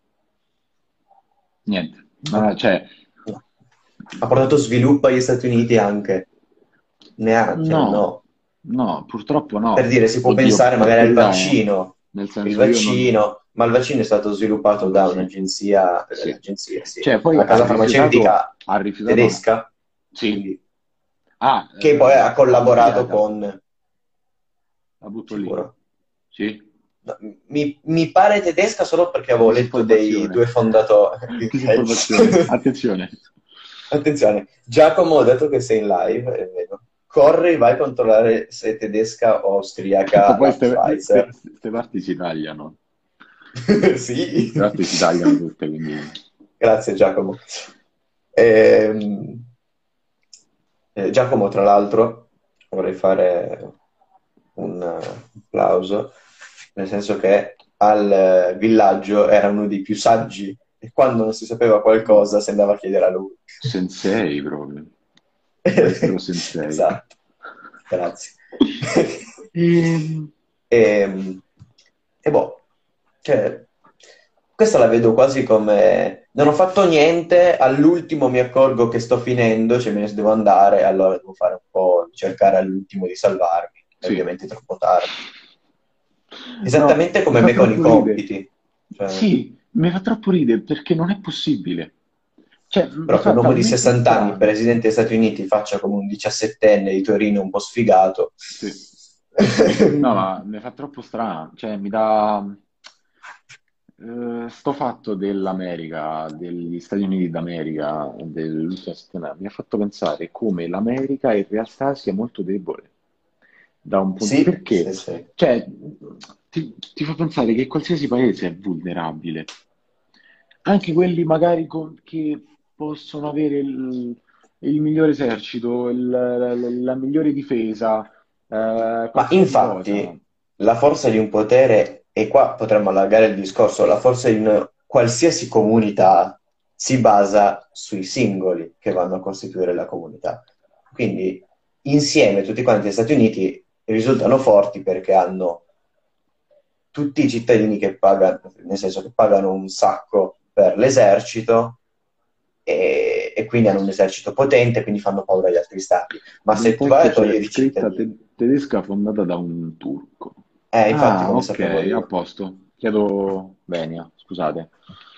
Speaker 1: niente.
Speaker 2: Ha,
Speaker 1: Cioè,
Speaker 2: no. Ha portato sviluppo agli Stati Uniti anche. Neanche, cioè,
Speaker 1: no,
Speaker 2: no.
Speaker 1: no, purtroppo
Speaker 2: Per
Speaker 1: no.
Speaker 2: dire, si può
Speaker 1: Oddio,
Speaker 2: pensare
Speaker 1: per
Speaker 2: magari al
Speaker 1: carità, eh.
Speaker 2: vaccino,
Speaker 1: Nel
Speaker 2: il
Speaker 1: senso io non.
Speaker 2: vaccino, ma il vaccino è stato sviluppato da
Speaker 1: Sì,
Speaker 2: un'agenzia,
Speaker 1: sì.
Speaker 2: sì,
Speaker 1: Cioè, poi
Speaker 2: una casa farmaceutica
Speaker 1: ha rifiutato una.
Speaker 2: tedesca,
Speaker 1: Sì.
Speaker 2: quindi,
Speaker 1: Ah,
Speaker 2: che poi ha collaborato
Speaker 1: AstraZeneca,
Speaker 2: con,
Speaker 1: la butto lì.
Speaker 2: sicuro,
Speaker 1: Sì.
Speaker 2: no, mi pare tedesca solo perché avevo letto dei due
Speaker 1: Disinformazione.
Speaker 2: fondatori.
Speaker 1: Disinformazione.
Speaker 2: Ok.
Speaker 1: Attenzione.
Speaker 2: Attenzione, Giacomo, dato che sei in live, è vero, corri, vai a controllare se è tedesca o
Speaker 1: Ma
Speaker 2: austriaca
Speaker 1: poi
Speaker 2: la
Speaker 1: ste
Speaker 2: Pfizer.
Speaker 1: parti si tagliano.
Speaker 2: Sì.
Speaker 1: Ste parti si tagliano tutte, quindi.
Speaker 2: Grazie Giacomo. Ehm, Giacomo, tra l'altro, vorrei fare un applauso, nel senso che al villaggio era uno dei più saggi e quando non si sapeva qualcosa si andava a chiedere a lui.
Speaker 1: Sensei proprio, maestro sensei.
Speaker 2: Esatto, grazie.
Speaker 1: Ehm,
Speaker 2: E, e boh, cioè, questa la vedo quasi come non ho fatto niente, all'ultimo mi accorgo che sto finendo, cioè me ne devo andare, allora devo fare un po', cercare all'ultimo di salvarmi, e
Speaker 1: sì.
Speaker 2: ovviamente è troppo tardi.
Speaker 1: No,
Speaker 2: Esattamente
Speaker 1: mi
Speaker 2: come
Speaker 1: fa
Speaker 2: me con i
Speaker 1: troppo ridere.
Speaker 2: compiti. Cioè,
Speaker 1: Sì, mi fa troppo ridere perché non è possibile. Cioè, mi
Speaker 2: però che un
Speaker 1: fa
Speaker 2: uomo di
Speaker 1: talmente
Speaker 2: 60 anni,
Speaker 1: strano.
Speaker 2: presidente degli Stati Uniti, faccia come un 17enne di Torino un po' sfigato.
Speaker 1: Sì. No, ma mi fa troppo strano. Cioè, mi dà... sto fatto dell'America, degli Stati Uniti d'America, dell'ultima settimana, mi ha fatto pensare come l'America in realtà sia molto debole. Da un punto...
Speaker 2: Sì,
Speaker 1: Perché?
Speaker 2: sì, sì.
Speaker 1: Cioè, ti fa pensare che qualsiasi paese è vulnerabile. Anche quelli magari che possono avere il migliore esercito, la migliore difesa,
Speaker 2: Ma
Speaker 1: qualsiasi cosa.
Speaker 2: infatti la forza di un potere, e qua potremmo allargare il discorso, la forza di una qualsiasi comunità si basa sui singoli che vanno a costituire la comunità. Quindi insieme tutti quanti gli Stati Uniti risultano forti perché hanno tutti i cittadini che pagano, nel senso che pagano un sacco per l'esercito e quindi hanno un esercito potente, quindi fanno paura agli altri stati. Ma
Speaker 1: Vedo un
Speaker 2: se tu
Speaker 1: po'
Speaker 2: vai
Speaker 1: che
Speaker 2: a
Speaker 1: c'è
Speaker 2: togliere i
Speaker 1: scritta
Speaker 2: cittadini,
Speaker 1: tedesca fondata da un turco.
Speaker 2: infatti
Speaker 1: Ah,
Speaker 2: come
Speaker 1: ok,
Speaker 2: sapevo
Speaker 1: a
Speaker 2: io.
Speaker 1: posto. Chiedo venia, scusate.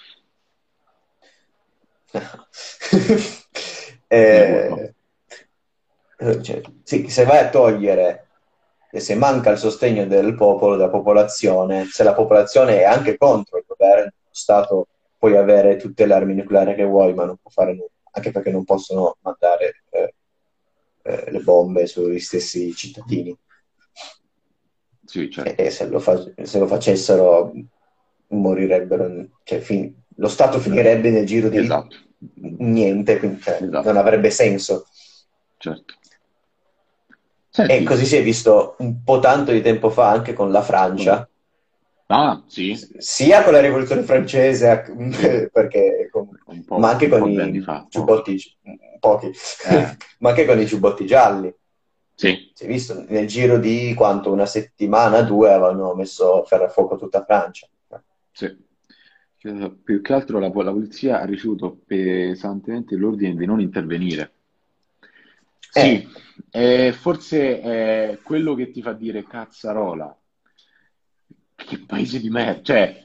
Speaker 1: Mia colpa.
Speaker 2: Eh, cioè, sì, se vai a togliere, e se manca il sostegno del popolo, della popolazione, se la popolazione è anche contro il governo, lo Stato puoi avere tutte le armi nucleari che vuoi, ma non può fare nulla, anche perché non possono mandare le bombe sui stessi cittadini.
Speaker 1: Sì,
Speaker 2: E
Speaker 1: certo.
Speaker 2: se lo facessero morirebbero, cioè, lo Stato finirebbe nel giro di
Speaker 1: Esatto.
Speaker 2: niente, quindi non
Speaker 1: Esatto,
Speaker 2: avrebbe senso.
Speaker 1: certo.
Speaker 2: E
Speaker 1: Senti,
Speaker 2: così si è visto un po' tanto di tempo fa anche con la
Speaker 1: qual-
Speaker 2: Francia,
Speaker 1: ah, sì,
Speaker 2: sia con la Rivoluzione francese,
Speaker 1: sì,
Speaker 2: ma anche
Speaker 1: un
Speaker 2: con
Speaker 1: po' di anni
Speaker 2: i
Speaker 1: fa, pochi.
Speaker 2: giubbotti, pochi,
Speaker 1: Eh,
Speaker 2: ma anche con i giubbotti gialli.
Speaker 1: sì,
Speaker 2: Si è visto nel giro di quanto una settimana, due, avevano messo ferro a fuoco tutta Francia.
Speaker 1: sì. Più che altro la polizia ha ricevuto pesantemente l'ordine di non intervenire.
Speaker 2: Eh,
Speaker 1: Sì, forse è quello che ti fa dire cazzarola. Che paese di merda, cioè,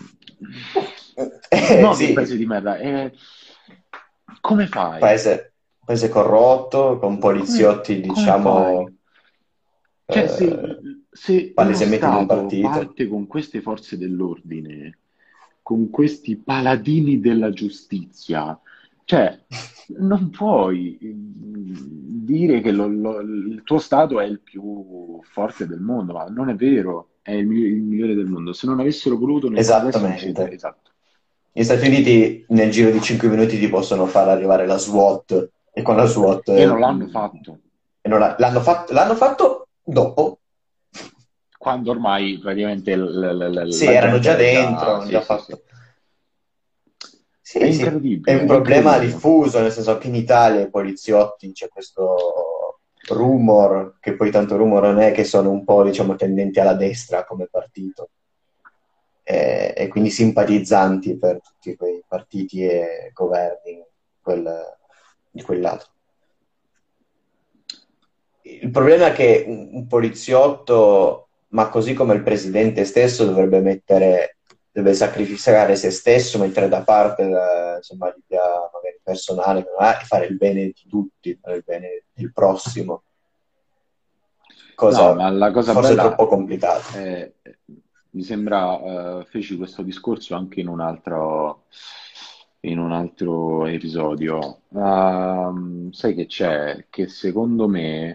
Speaker 1: no, che paese
Speaker 2: sì,
Speaker 1: di merda, come fai?
Speaker 2: paese corrotto, con poliziotti,
Speaker 1: Come fai?
Speaker 2: diciamo,
Speaker 1: Cioè,
Speaker 2: eh,
Speaker 1: se uno
Speaker 2: palesemente di un
Speaker 1: Stato
Speaker 2: partito.
Speaker 1: parte con queste forze dell'ordine, con questi paladini della giustizia, cioè, non puoi dire che il tuo Stato è il più forte del mondo, ma non è vero, è il migliore del mondo. Se non avessero voluto, adesso non ci...
Speaker 2: Esattamente.
Speaker 1: Esatto.
Speaker 2: Gli Stati Uniti nel giro di 5 minuti ti possono far arrivare la SWAT e con la SWAT
Speaker 1: E non l'hanno fatto,
Speaker 2: e l'hanno fatto dopo.
Speaker 1: quando ormai praticamente
Speaker 2: Sì,
Speaker 1: la
Speaker 2: erano
Speaker 1: gente
Speaker 2: già
Speaker 1: era
Speaker 2: dentro,
Speaker 1: già...
Speaker 2: hanno
Speaker 1: Sì,
Speaker 2: già
Speaker 1: sì, sì.
Speaker 2: fatto. Sì, sì, è un
Speaker 1: È
Speaker 2: problema
Speaker 1: incredibile.
Speaker 2: diffuso, nel senso che in Italia i poliziotti c'è questo rumor, che poi tanto rumor non è, che sono un po', diciamo, tendenti alla destra come partito e quindi simpatizzanti per tutti quei partiti e governi di quel lato. Il problema è che un poliziotto, ma così come il presidente stesso, deve sacrificare se stesso, mettere da parte insomma, l'idea magari personale che non ha, e fare il bene di tutti, fare il bene del prossimo,
Speaker 1: No,
Speaker 2: cosa
Speaker 1: ma la cosa
Speaker 2: forse
Speaker 1: bella,
Speaker 2: troppo complicata.
Speaker 1: mi sembra, feci questo discorso anche in un altro episodio. Sai che c'è? Che secondo me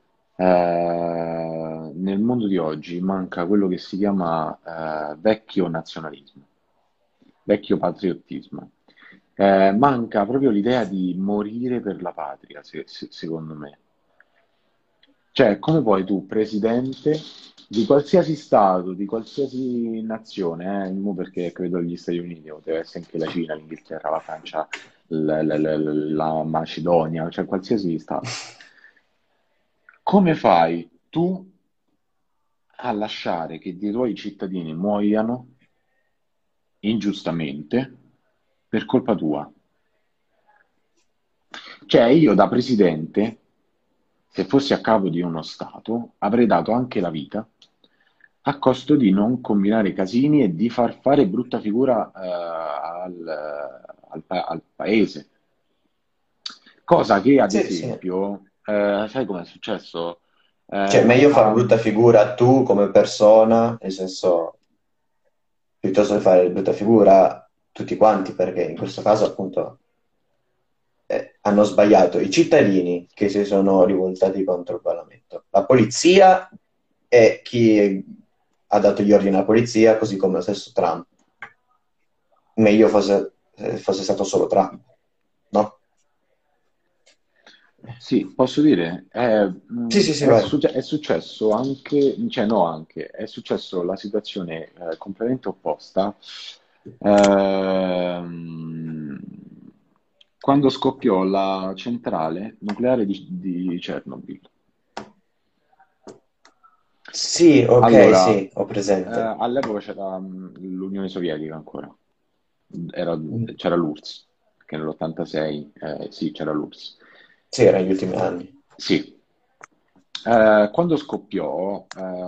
Speaker 1: nel mondo di oggi manca quello che si chiama vecchio nazionalismo, vecchio patriottismo. Manca proprio l'idea di morire per la patria, secondo me. Cioè, come puoi tu, presidente di qualsiasi stato, di qualsiasi nazione, mo perché credo gli Stati Uniti, o deve essere anche la Cina, l'Inghilterra, la Francia, la Macedonia, cioè qualsiasi stato, come fai tu a lasciare che dei tuoi cittadini muoiano ingiustamente per colpa tua? Cioè, io da presidente, se fossi a capo di uno Stato, avrei dato anche la vita a costo di non combinare casini e di far fare brutta figura al paese. Cosa che, ad
Speaker 2: Sì, sì.
Speaker 1: esempio, sai com'è successo?
Speaker 2: Cioè, meglio far brutta figura tu come persona, nel senso, piuttosto che fare brutta figura tutti quanti, perché in questo caso, appunto, hanno sbagliato i cittadini che si sono rivoltati contro il Parlamento, la polizia e chi ha dato gli ordini alla polizia, così come lo stesso Trump. Meglio fosse stato solo Trump, no?
Speaker 1: Sì, posso dire,
Speaker 2: Sì, sì, sì, vai.
Speaker 1: è successo anche, cioè no anche, è successo la situazione completamente opposta ehm, quando scoppiò la centrale nucleare di Chernobyl.
Speaker 2: Sì, ok,
Speaker 1: Allora,
Speaker 2: sì, ho presente.
Speaker 1: all'epoca c'era l'Unione Sovietica ancora. Era- C'era l'URSS, che nell'86, sì, c'era l'URSS.
Speaker 2: Sì, era negli ultimi anni.
Speaker 1: Sì. Quando scoppiò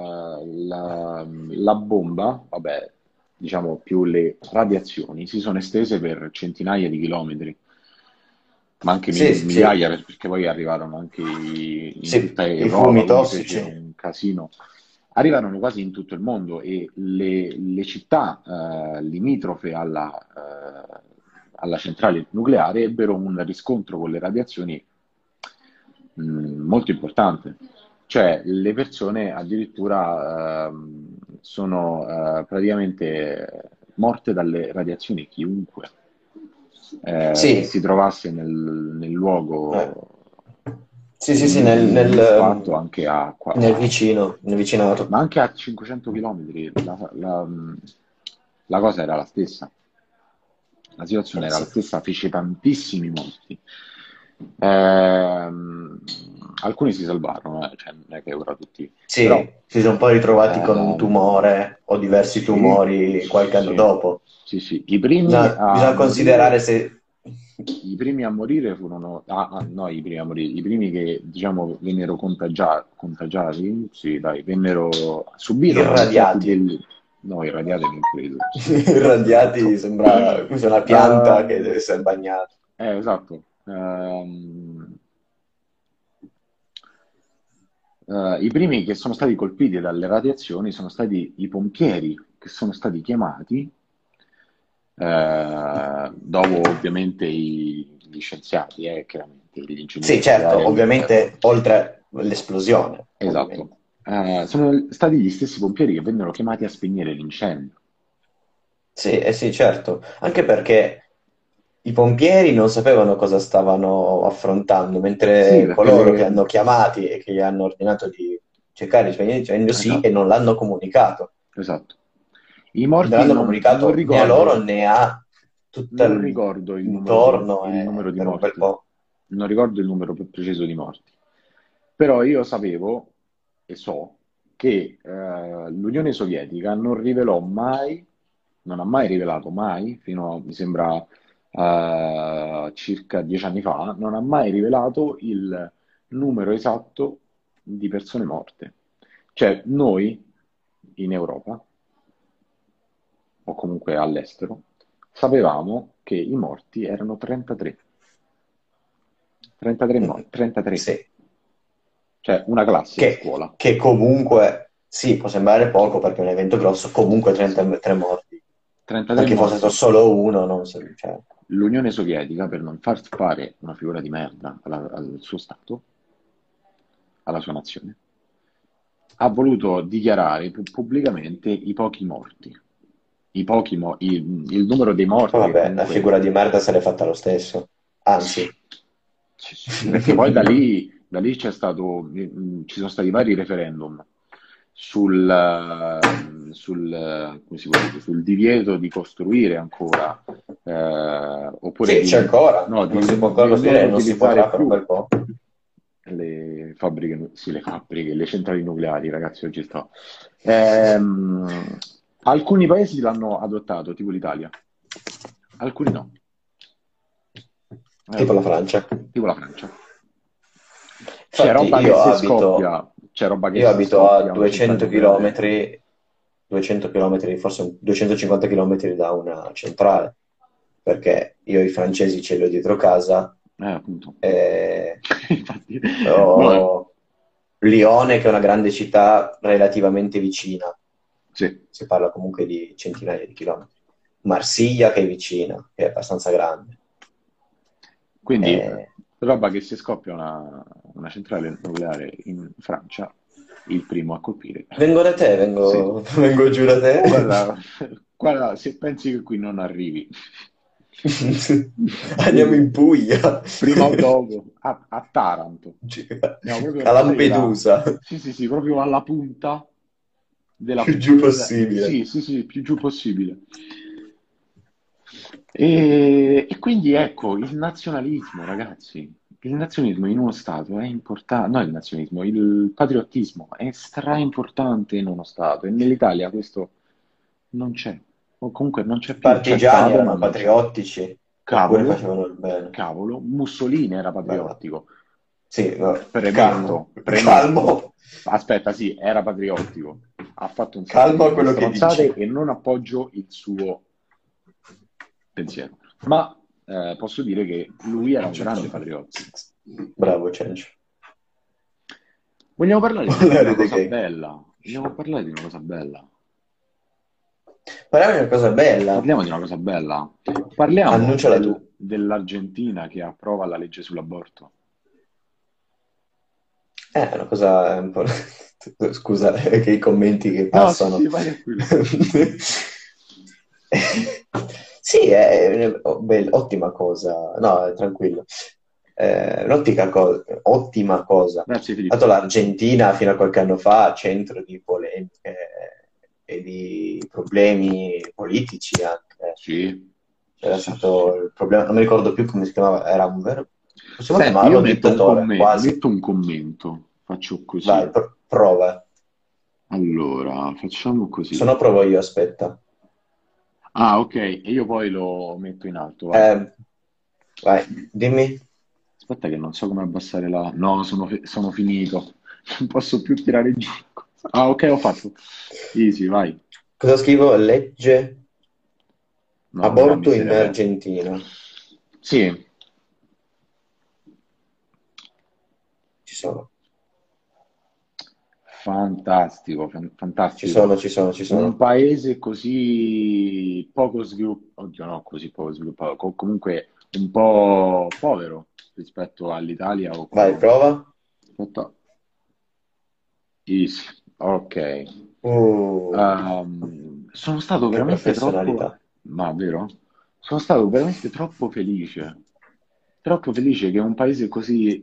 Speaker 1: la bomba, vabbè, diciamo più le radiazioni, si sono estese per centinaia di chilometri, ma anche
Speaker 2: Sì, sì,
Speaker 1: migliaia, perché poi arrivarono anche in
Speaker 2: sì,
Speaker 1: tutta
Speaker 2: i
Speaker 1: Europa,
Speaker 2: fumi
Speaker 1: quindi fece
Speaker 2: tossici.
Speaker 1: un casino. Arrivarono quasi in tutto il mondo e le città limitrofe alla centrale nucleare ebbero un riscontro con le radiazioni molto importante. Cioè, le persone addirittura sono praticamente morte dalle radiazioni, chiunque
Speaker 2: Sì,
Speaker 1: si trovasse nel
Speaker 2: eh,
Speaker 1: luogo
Speaker 2: sì, sì, sì,
Speaker 1: dell'impatto anche
Speaker 2: nel vicinato.
Speaker 1: ma anche a 500 km la cosa era la stessa. La situazione era la
Speaker 2: Sì.
Speaker 1: stessa, fece tantissimi morti. Ehm, Alcuni si salvarono, cioè non è che ora tutti, però
Speaker 2: Sì, si sono poi ritrovati con un
Speaker 1: ehm,
Speaker 2: tumore o diversi
Speaker 1: sì,
Speaker 2: tumori qualche anno
Speaker 1: sì,
Speaker 2: dopo.
Speaker 1: sì, sì. I primi a
Speaker 2: Bisogna considerare
Speaker 1: morire,
Speaker 2: se...
Speaker 1: i primi a morire furono, no, i primi a morire, i primi che diciamo vennero contagiati, sì, dai, subirono gli effetti
Speaker 2: irradiati.
Speaker 1: del, no, irradiati non credo,
Speaker 2: Irradiati
Speaker 1: esatto.
Speaker 2: sembra come se una pianta che deve
Speaker 1: Ehm,
Speaker 2: essere bagnata.
Speaker 1: esatto. I primi che sono stati colpiti dalle radiazioni sono stati i pompieri che sono stati chiamati, dopo ovviamente gli scienziati, chiaramente, gli ingegneri
Speaker 2: Sì,
Speaker 1: nucleari
Speaker 2: certo,
Speaker 1: all'interno.
Speaker 2: ovviamente oltre l'esplosione, ovviamente.
Speaker 1: Esatto. Sono stati gli stessi pompieri che vennero chiamati a spegnere l'incendio.
Speaker 2: Sì, eh sì, certo, anche perché i pompieri non sapevano cosa stavano affrontando,
Speaker 1: Sì,
Speaker 2: mentre
Speaker 1: perché
Speaker 2: coloro che hanno chiamati e che gli hanno ordinato di cercare di spegnere l'incendio sì, e
Speaker 1: esatto,
Speaker 2: non l'hanno comunicato.
Speaker 1: esatto. I
Speaker 2: Non
Speaker 1: morti
Speaker 2: l'hanno
Speaker 1: non
Speaker 2: comunicato né a loro
Speaker 1: ricordo,
Speaker 2: né a tutto
Speaker 1: non ricordo
Speaker 2: intorno
Speaker 1: il numero di
Speaker 2: per un bel
Speaker 1: morti,
Speaker 2: po'.
Speaker 1: non ricordo il numero più preciso di morti, però io sapevo e so che l'Unione Sovietica non rivelò mai, non ha mai rivelato mai, fino a, mi sembra, circa 10 anni fa, non ha mai rivelato il numero esatto di persone morte. Cioè, noi in Europa, o comunque all'estero, sapevamo che i morti erano 33. 33
Speaker 2: Mm,
Speaker 1: 33.
Speaker 2: sì,
Speaker 1: Cioè una classe di
Speaker 2: che,
Speaker 1: scuola.
Speaker 2: che comunque sì, può sembrare poco perché è un evento grosso, comunque 33 morti.
Speaker 1: 33
Speaker 2: Anche fosse stato
Speaker 1: morti.
Speaker 2: solo uno, non so, cioè,
Speaker 1: L'Unione Sovietica, per non far fare una figura di merda al suo Stato, alla sua nazione, ha voluto dichiarare pubblicamente i pochi morti. Il numero dei
Speaker 2: poi
Speaker 1: morti che
Speaker 2: vabbè, la
Speaker 1: comunque.
Speaker 2: figura di merda se l'è fatta lo stesso.
Speaker 1: Sì,
Speaker 2: Anzi,
Speaker 1: sì, sì, sì, perché poi da lì Da lì ci sono stati vari referendum come si può dire, sul divieto di costruire ancora, oppure
Speaker 2: Sì, c'è ancora,
Speaker 1: no,
Speaker 2: non si può ancora
Speaker 1: di non
Speaker 2: costruire, non si
Speaker 1: utilizzare
Speaker 2: potrà per un
Speaker 1: più
Speaker 2: bel po'.
Speaker 1: le fabbriche, sì, le fabbriche, le centrali nucleari, ragazzi, oggi sto. Ehm, Alcuni paesi l'hanno adottato, tipo l'Italia, alcuni no.
Speaker 2: Tipo la
Speaker 1: Così,
Speaker 2: Francia.
Speaker 1: tipo la Francia. C'è
Speaker 2: Infatti
Speaker 1: roba che se scoppia, c'è roba che
Speaker 2: io
Speaker 1: se
Speaker 2: abito a
Speaker 1: scoppia una centrale
Speaker 2: 200
Speaker 1: nucleare,
Speaker 2: km, 200 km, forse 250 km da una centrale, perché io i francesi ce li ho dietro casa,
Speaker 1: appunto.
Speaker 2: e
Speaker 1: Infatti, no,
Speaker 2: ho Lione, che è una grande città relativamente vicina,
Speaker 1: sì.
Speaker 2: si parla comunque di centinaia di chilometri. Marsiglia, che è vicina, che è abbastanza grande.
Speaker 1: Quindi,
Speaker 2: Eh,
Speaker 1: roba che se scoppia una centrale nucleare in Francia, il primo a colpire.
Speaker 2: Vengo da te,
Speaker 1: Sì.
Speaker 2: vengo giù da te.
Speaker 1: Guarda, guarda, se pensi che qui non arrivi,
Speaker 2: Andiamo in Puglia.
Speaker 1: prima o dopo, a Taranto. Andiamo proprio,
Speaker 2: A
Speaker 1: sai,
Speaker 2: Lampedusa,
Speaker 1: sì, sì, sì, proprio alla punta
Speaker 2: più giù
Speaker 1: sì,
Speaker 2: possibile.
Speaker 1: sì, sì, più giù possibile. E quindi ecco, il nazionalismo, ragazzi, il nazionalismo in uno Stato è importante, no il nazionalismo, il patriottismo è stra importante in uno Stato e nell'Italia questo non c'è, o comunque non c'è
Speaker 2: I
Speaker 1: più, c'è
Speaker 2: partigiani
Speaker 1: stato ma
Speaker 2: erano
Speaker 1: non c'è.
Speaker 2: patriottici, eppure
Speaker 1: Cavolo,
Speaker 2: facevano il bene.
Speaker 1: cavolo, Mussolini era
Speaker 2: Bella.
Speaker 1: patriottico,
Speaker 2: Sì, no, calmo,
Speaker 1: premetto,
Speaker 2: calmo,
Speaker 1: aspetta, sì, era patriottico, ha fatto un sacco
Speaker 2: calmo a
Speaker 1: di
Speaker 2: quello che
Speaker 1: stronzate
Speaker 2: dici.
Speaker 1: e non appoggio il suo pensiero. Ma posso dire che lui era un grande patriota.
Speaker 2: Bravo, Cencio.
Speaker 1: Vogliamo parlare di
Speaker 2: Volare
Speaker 1: una
Speaker 2: the
Speaker 1: cosa
Speaker 2: gay.
Speaker 1: bella? Vogliamo parlare di una cosa bella?
Speaker 2: Parliamo di una cosa bella.
Speaker 1: Parliamo di una cosa bella. Parliamo
Speaker 2: Annunciala tu.
Speaker 1: dell'Argentina che approva la legge sull'aborto.
Speaker 2: È una cosa un po'. Scusa, che i commenti che
Speaker 1: No, sì,
Speaker 2: passano.
Speaker 1: sì, vai tranquillo.
Speaker 2: Sì, è ottima cosa. No, tranquillo. Ottima cosa.
Speaker 1: Grazie
Speaker 2: Dato
Speaker 1: Filippo.
Speaker 2: l'Argentina fino a qualche anno fa, centro di polemiche e di problemi politici anche.
Speaker 1: Sì, sì,
Speaker 2: C'era
Speaker 1: sì, sì,
Speaker 2: stato
Speaker 1: sì.
Speaker 2: il problema, non mi ricordo più come si chiamava, era un vero. Possiamo
Speaker 1: Senti, io
Speaker 2: chiamarlo dittatore, quasi.
Speaker 1: metto un commento, faccio
Speaker 2: Vai,
Speaker 1: così.
Speaker 2: prova.
Speaker 1: Allora, facciamo
Speaker 2: Se
Speaker 1: così.
Speaker 2: no provo io, aspetta.
Speaker 1: Ah, ok, e io poi lo metto in alto, vai.
Speaker 2: Eh, vai, dimmi.
Speaker 1: Aspetta che non so come abbassare la. No, sono finito. Non posso più tirare giù. Ah, ok, ho fatto. Easy, vai.
Speaker 2: Cosa scrivo? Legge
Speaker 1: No, però mi
Speaker 2: aborto
Speaker 1: si
Speaker 2: in
Speaker 1: deve.
Speaker 2: Argentina.
Speaker 1: Sì,
Speaker 2: Ci sono,
Speaker 1: fantastico,
Speaker 2: ci
Speaker 1: fantastico.
Speaker 2: sono, ci sono, ci
Speaker 1: Un
Speaker 2: sono.
Speaker 1: paese così poco sviluppato, oddio no, così poco sviluppato, comunque un po' povero rispetto all'Italia o
Speaker 2: Vai,
Speaker 1: come.
Speaker 2: prova.
Speaker 1: Aspetta. Easy, ok.
Speaker 2: Uh,
Speaker 1: Sono stato
Speaker 2: che
Speaker 1: veramente troppo,
Speaker 2: professionalità.
Speaker 1: ma vero? Sono stato veramente troppo felice che un paese così,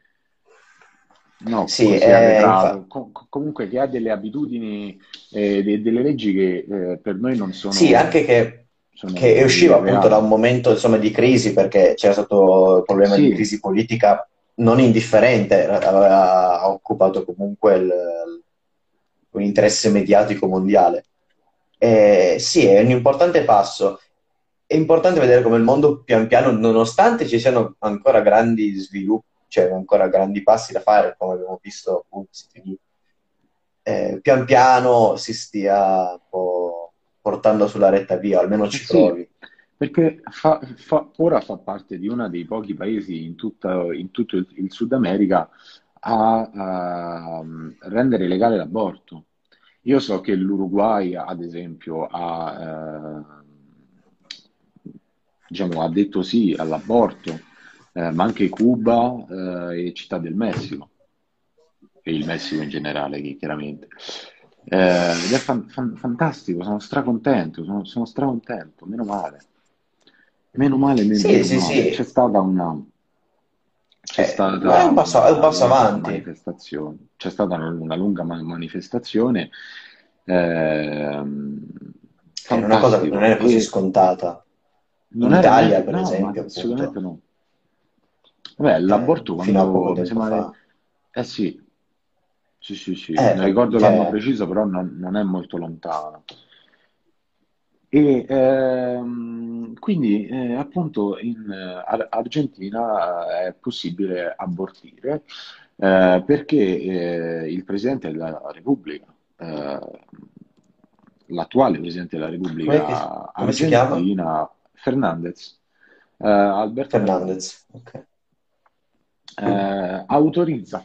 Speaker 1: no,
Speaker 2: Sì,
Speaker 1: così arretrato, comunque che ha delle abitudini e delle leggi che per noi non
Speaker 2: sì,
Speaker 1: sono,
Speaker 2: anche
Speaker 1: sono
Speaker 2: che
Speaker 1: così
Speaker 2: usciva appunto da un
Speaker 1: reali.
Speaker 2: momento insomma, di crisi, perché c'era stato il problema di
Speaker 1: Sì,
Speaker 2: crisi politica non indifferente, ha occupato comunque un interesse mediatico mondiale. Sì, è un importante passo. È importante vedere come il mondo pian piano, nonostante ci siano ancora grandi sviluppi, cioè ancora grandi passi da fare, come abbiamo visto appunto, pian piano si stia un po' portando sulla retta via, almeno ci
Speaker 1: sì,
Speaker 2: provi.
Speaker 1: perché ora fa parte di uno dei pochi paesi in tutto il Sud America a rendere legale l'aborto. Io so che l'Uruguay, ad esempio, ha detto sì all'aborto, ma anche Cuba, e Città del Messico, e il Messico in generale, chiaramente. Ed è fantastico, sono stracontento, sono stracontento, meno male. Meno male,
Speaker 2: Sì,
Speaker 1: meno
Speaker 2: sì,
Speaker 1: male.
Speaker 2: sì,
Speaker 1: c'è
Speaker 2: Ma
Speaker 1: stata
Speaker 2: è un
Speaker 1: una
Speaker 2: passo
Speaker 1: lunga
Speaker 2: avanti.
Speaker 1: manifestazione, c'è stata una lunga manifestazione, ehm,
Speaker 2: Non
Speaker 1: fantastico.
Speaker 2: è così
Speaker 1: E
Speaker 2: scontata.
Speaker 1: non
Speaker 2: In
Speaker 1: era
Speaker 2: Italia,
Speaker 1: neanche,
Speaker 2: per
Speaker 1: no, ma
Speaker 2: esempio,
Speaker 1: assolutamente
Speaker 2: appunto,
Speaker 1: no. Vabbè, l'aborto
Speaker 2: fino a poco
Speaker 1: quando mi
Speaker 2: tempo
Speaker 1: sembra,
Speaker 2: fa.
Speaker 1: eh sì, sì, sì, sì, non ricordo l'anno
Speaker 2: Cioè,
Speaker 1: preciso, però non è molto lontano. E quindi appunto in Argentina è possibile abortire perché il Presidente della Repubblica, eh, l'attuale Presidente della Repubblica
Speaker 2: come si chiama?
Speaker 1: Argentina, Fernandez, Alberto Fernandez,
Speaker 2: Fernandez. Ok.
Speaker 1: autorizza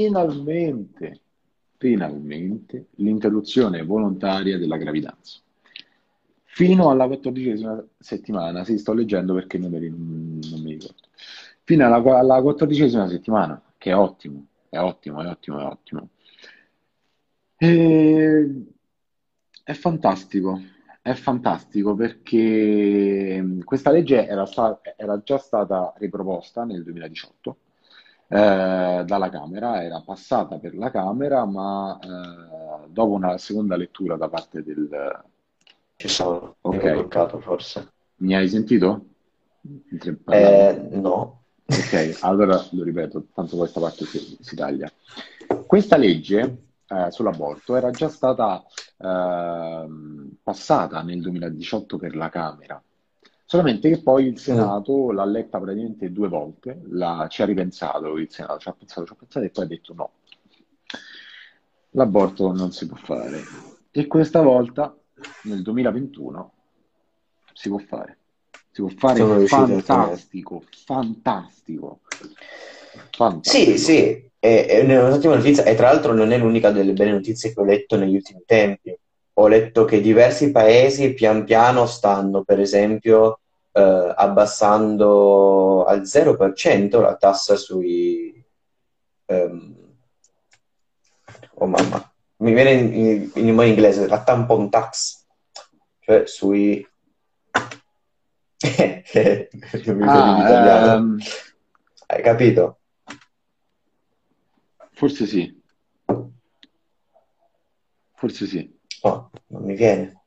Speaker 1: finalmente l'interruzione volontaria della gravidanza. Fino alla 14ª settimana, sì, sto leggendo perché i numeri non mi ricordo. Fino alla 14ª settimana, che è ottimo, è ottimo, è ottimo, è ottimo. E- è fantastico perché questa legge era già stata riproposta nel 2018 dalla Camera, era passata per la Camera, ma dopo una seconda lettura da parte del...
Speaker 2: Ci sono. Mi
Speaker 1: Ok,
Speaker 2: ero bloccato forse.
Speaker 1: mi hai sentito? Mentre parlavo?
Speaker 2: No.
Speaker 1: Ok, allora lo ripeto, tanto questa parte si taglia. Questa legge sull'aborto era già stata passata nel 2018 per la Camera, solamente che poi il
Speaker 2: Mm.
Speaker 1: Senato l'ha letta praticamente due volte, ci ha ripensato il Senato, ci ha pensato e poi ha detto no, l'aborto non si può fare. E questa volta, nel 2021, si può fare. Si può fare
Speaker 2: Sono riusciti a ottenere.
Speaker 1: fantastico, fantastico,
Speaker 2: Sì,
Speaker 1: fantastico.
Speaker 2: sì, è un'ottima notizia e tra l'altro non è l'unica delle belle notizie che ho letto negli ultimi tempi. Ho letto che diversi paesi pian piano stanno, per esempio, abbassando al 0% la tassa sui... ehm, oh mamma, mi viene in modo inglese, la tampon tax, cioè sui... non mi viene in
Speaker 1: Ah,
Speaker 2: italiano. Hai capito?
Speaker 1: forse sì, forse sì.
Speaker 2: No, non mi viene.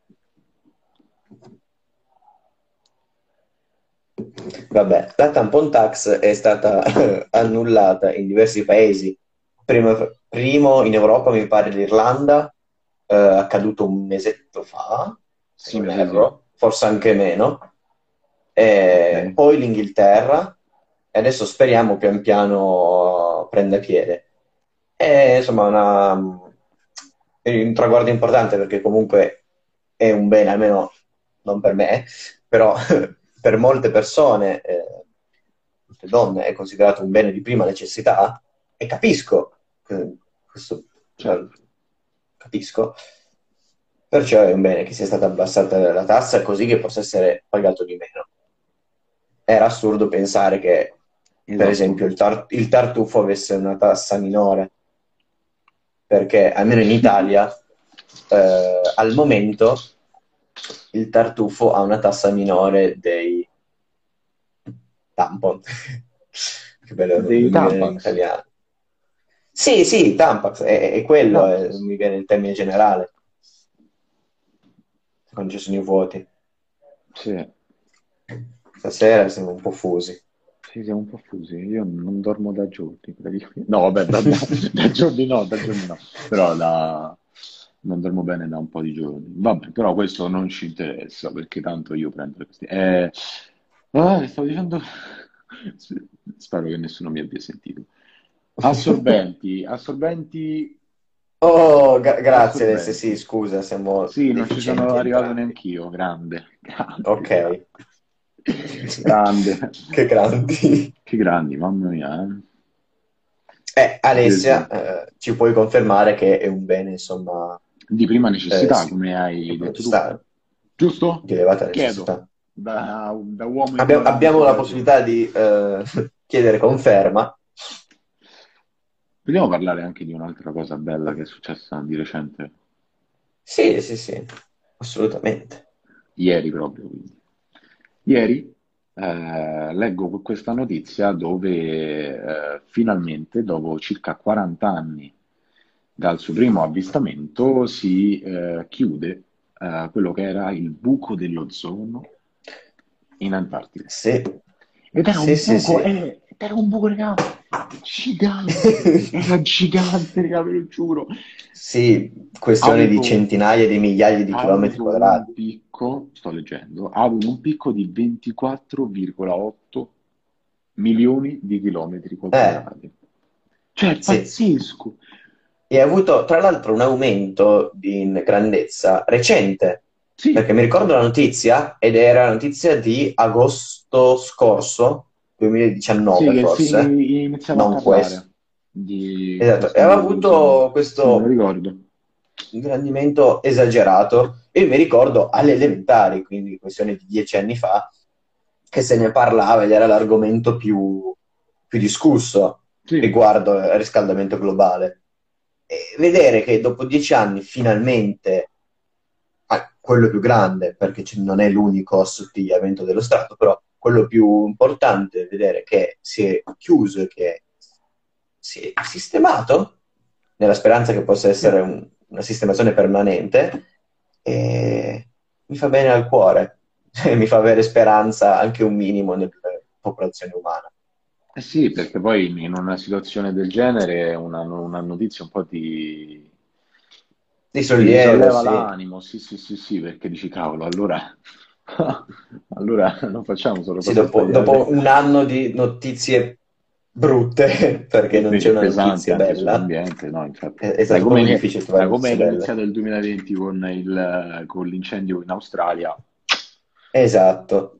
Speaker 2: Vabbè, la tampon tax è stata annullata in diversi paesi. Primo in Europa, mi pare l'Irlanda, accaduto un mesetto fa, se
Speaker 1: Sì,
Speaker 2: non
Speaker 1: mi sa di sì.
Speaker 2: erro, forse anche meno.
Speaker 1: Ok,
Speaker 2: Poi l'Inghilterra, e adesso speriamo pian piano prenda piede. È insomma è un traguardo importante perché comunque è un bene, almeno non per me, però per molte persone, molte donne, è considerato un bene di prima necessità e capisco, questo
Speaker 1: certo.
Speaker 2: capisco, perciò è un bene che sia stata abbassata la tassa così che possa essere pagato di meno. Era assurdo pensare che, per
Speaker 1: Esatto.
Speaker 2: esempio, il tartufo avesse una tassa minore, perché almeno in Italia, al momento, il tartufo ha una tassa minore dei tampon. Che bello,
Speaker 1: Dei
Speaker 2: non mi viene in
Speaker 1: Tampax.
Speaker 2: italiano. Sì, sì, Tampax, è quello, non
Speaker 1: Tampax.
Speaker 2: mi viene il termine generale, quando ci sono i vuoti.
Speaker 1: Sì.
Speaker 2: Stasera siamo un po' fusi.
Speaker 1: Sì, siamo un po' fusi. Io non dormo da giorni, praticamente. No, vabbè, da giorni no. Però non dormo bene da un po' di giorni. Vabbè, però questo non ci interessa, perché tanto io prendo questi... stavo dicendo... Spero che nessuno mi abbia sentito. Assorbenti, assorbenti,
Speaker 2: Oh, grazie Alessia, sì,
Speaker 1: assorbenti.
Speaker 2: scusa, siamo
Speaker 1: Sì, non ci sono
Speaker 2: deficienti
Speaker 1: arrivato
Speaker 2: entrambi.
Speaker 1: neanch'io. Grande, grande,
Speaker 2: Ok,
Speaker 1: grande. Grande.
Speaker 2: che grandi.
Speaker 1: Che grandi, mamma mia.
Speaker 2: Alessia,
Speaker 1: Gesù.
Speaker 2: ci puoi confermare che è un bene, insomma,
Speaker 1: Di prima necessità,
Speaker 2: sì,
Speaker 1: come
Speaker 2: di
Speaker 1: hai detto tu.
Speaker 2: protestare,
Speaker 1: Giusto?
Speaker 2: di elevata
Speaker 1: Chiedo,
Speaker 2: necessità.
Speaker 1: da uomo ignorante
Speaker 2: Abbiamo la
Speaker 1: della scienza.
Speaker 2: possibilità di chiedere conferma.
Speaker 1: Vogliamo parlare anche di un'altra cosa bella che è successa di recente,
Speaker 2: Sì, sì, sì, assolutamente.
Speaker 1: ieri proprio, quindi. Ieri? leggo questa notizia dove finalmente, dopo circa 40 anni dal suo primo avvistamento, si chiude quello che era il buco dell'ozono in Antartide.
Speaker 2: Sì,
Speaker 1: Ed
Speaker 2: sì, sì, sì.
Speaker 1: era un buco, raga, gigante, era gigante, raga, ve lo giuro.
Speaker 2: Sì,
Speaker 1: Ha
Speaker 2: questione di
Speaker 1: avuto,
Speaker 2: centinaia di migliaia di
Speaker 1: ha
Speaker 2: chilometri
Speaker 1: avuto un
Speaker 2: quadrati.
Speaker 1: picco, sto leggendo, ha avuto un picco di 24,8 milioni di chilometri
Speaker 2: Eh,
Speaker 1: quadrati. Cioè, è
Speaker 2: sì.
Speaker 1: pazzesco.
Speaker 2: E ha avuto tra l'altro un aumento in grandezza recente, perché
Speaker 1: Sì,
Speaker 2: mi ricordo la notizia, ed era la notizia di agosto scorso,
Speaker 1: sì,
Speaker 2: 2019
Speaker 1: che
Speaker 2: forse,
Speaker 1: si iniziava a
Speaker 2: non questo.
Speaker 1: parlare di
Speaker 2: Esatto, e
Speaker 1: questo
Speaker 2: aveva
Speaker 1: buco d'ozono.
Speaker 2: avuto
Speaker 1: Sì, me lo
Speaker 2: questo
Speaker 1: ricordo.
Speaker 2: ingrandimento esagerato. Io mi ricordo alle elementari, quindi questione di 10 anni fa, che se ne parlava ed era l'argomento più discusso
Speaker 1: Sì,
Speaker 2: riguardo al riscaldamento globale. E vedere che dopo 10 anni finalmente, quello più grande, perché non è l'unico assottigliamento dello strato, però quello più importante è vedere che si è chiuso e che si è sistemato, nella speranza che possa
Speaker 1: sì.
Speaker 2: essere una sistemazione permanente, e mi fa bene al cuore, mi fa avere speranza anche un minimo nella popolazione umana.
Speaker 1: Eh sì, perché poi in una situazione del genere una notizia un po'
Speaker 2: Di
Speaker 1: ti
Speaker 2: sollievo,
Speaker 1: solleva
Speaker 2: sì.
Speaker 1: l'animo, sì, sì, sì, sì, perché dici, cavolo, allora, allora non facciamo solo
Speaker 2: Sì,
Speaker 1: cose
Speaker 2: dopo
Speaker 1: sbagliate
Speaker 2: un anno di notizie brutte, perché non c'è
Speaker 1: e
Speaker 2: una
Speaker 1: pesanti
Speaker 2: notizia
Speaker 1: anche
Speaker 2: bella,
Speaker 1: sull'ambiente, no, infatti.
Speaker 2: è stato proprio difficile trovare
Speaker 1: Da come è
Speaker 2: notizie belle.
Speaker 1: iniziato il 2020 con l'incendio in Australia,
Speaker 2: Esatto.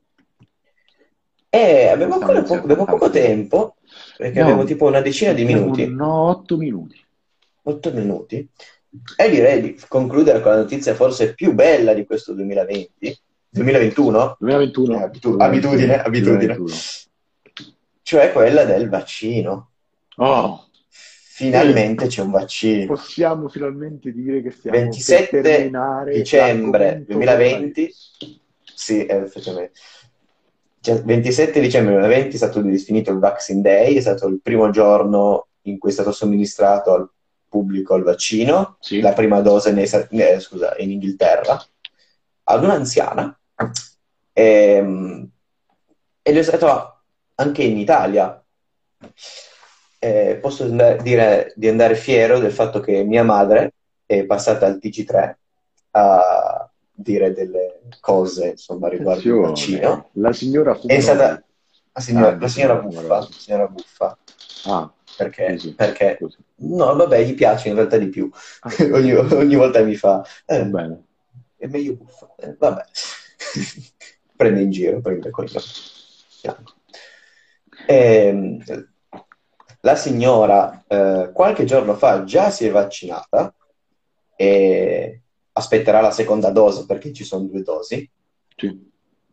Speaker 2: E
Speaker 1: quest'anno si è
Speaker 2: abbiamo poco
Speaker 1: fantastico.
Speaker 2: tempo, perché abbiamo
Speaker 1: Abbiamo,
Speaker 2: tipo una decina di
Speaker 1: abbiamo
Speaker 2: minuti,
Speaker 1: no, 8 minuti.
Speaker 2: 8 minuti, e direi di concludere con la notizia forse più bella di questo 2020, 2021,
Speaker 1: 2021, 2021,
Speaker 2: abitudine, abitudine,
Speaker 1: 2021.
Speaker 2: cioè quella del vaccino.
Speaker 1: Oh, sì,
Speaker 2: Finalmente c'è un vaccino.
Speaker 1: possiamo finalmente dire che stiamo per
Speaker 2: 27
Speaker 1: terminare
Speaker 2: dicembre
Speaker 1: l'argomento
Speaker 2: 2020,
Speaker 1: coronavirus.
Speaker 2: sì, effettivamente. 27 dicembre 2020 è stato definito il Vaccine Day, è stato il primo giorno in cui è stato somministrato al pubblico il vaccino, la
Speaker 1: Sì,
Speaker 2: prima dose scusa, in Inghilterra, ad un'anziana, ehm, ed è stato anche in Italia. Posso dire di andare fiero del fatto che mia madre è passata al TG3 a dire delle cose, insomma, riguardo il
Speaker 1: attenzione,
Speaker 2: vaccino.
Speaker 1: la signora
Speaker 2: È stata
Speaker 1: Fumaroли. Ah,
Speaker 2: la
Speaker 1: dici
Speaker 2: signora
Speaker 1: no,
Speaker 2: Buffa,
Speaker 1: Fumaroli.
Speaker 2: signora Buffa,
Speaker 1: Ah,
Speaker 2: perché,
Speaker 1: così,
Speaker 2: perché
Speaker 1: così.
Speaker 2: no, vabbè, gli piace in realtà di più.
Speaker 1: Ah,
Speaker 2: Ogni volta mi fa,
Speaker 1: va bene.
Speaker 2: è meglio Buffa. Vabbè, prende in giro, prende coglione. Piano. Ehm, la signora qualche giorno fa già si è vaccinata e aspetterà la seconda dose perché ci sono due dosi.
Speaker 1: Sì.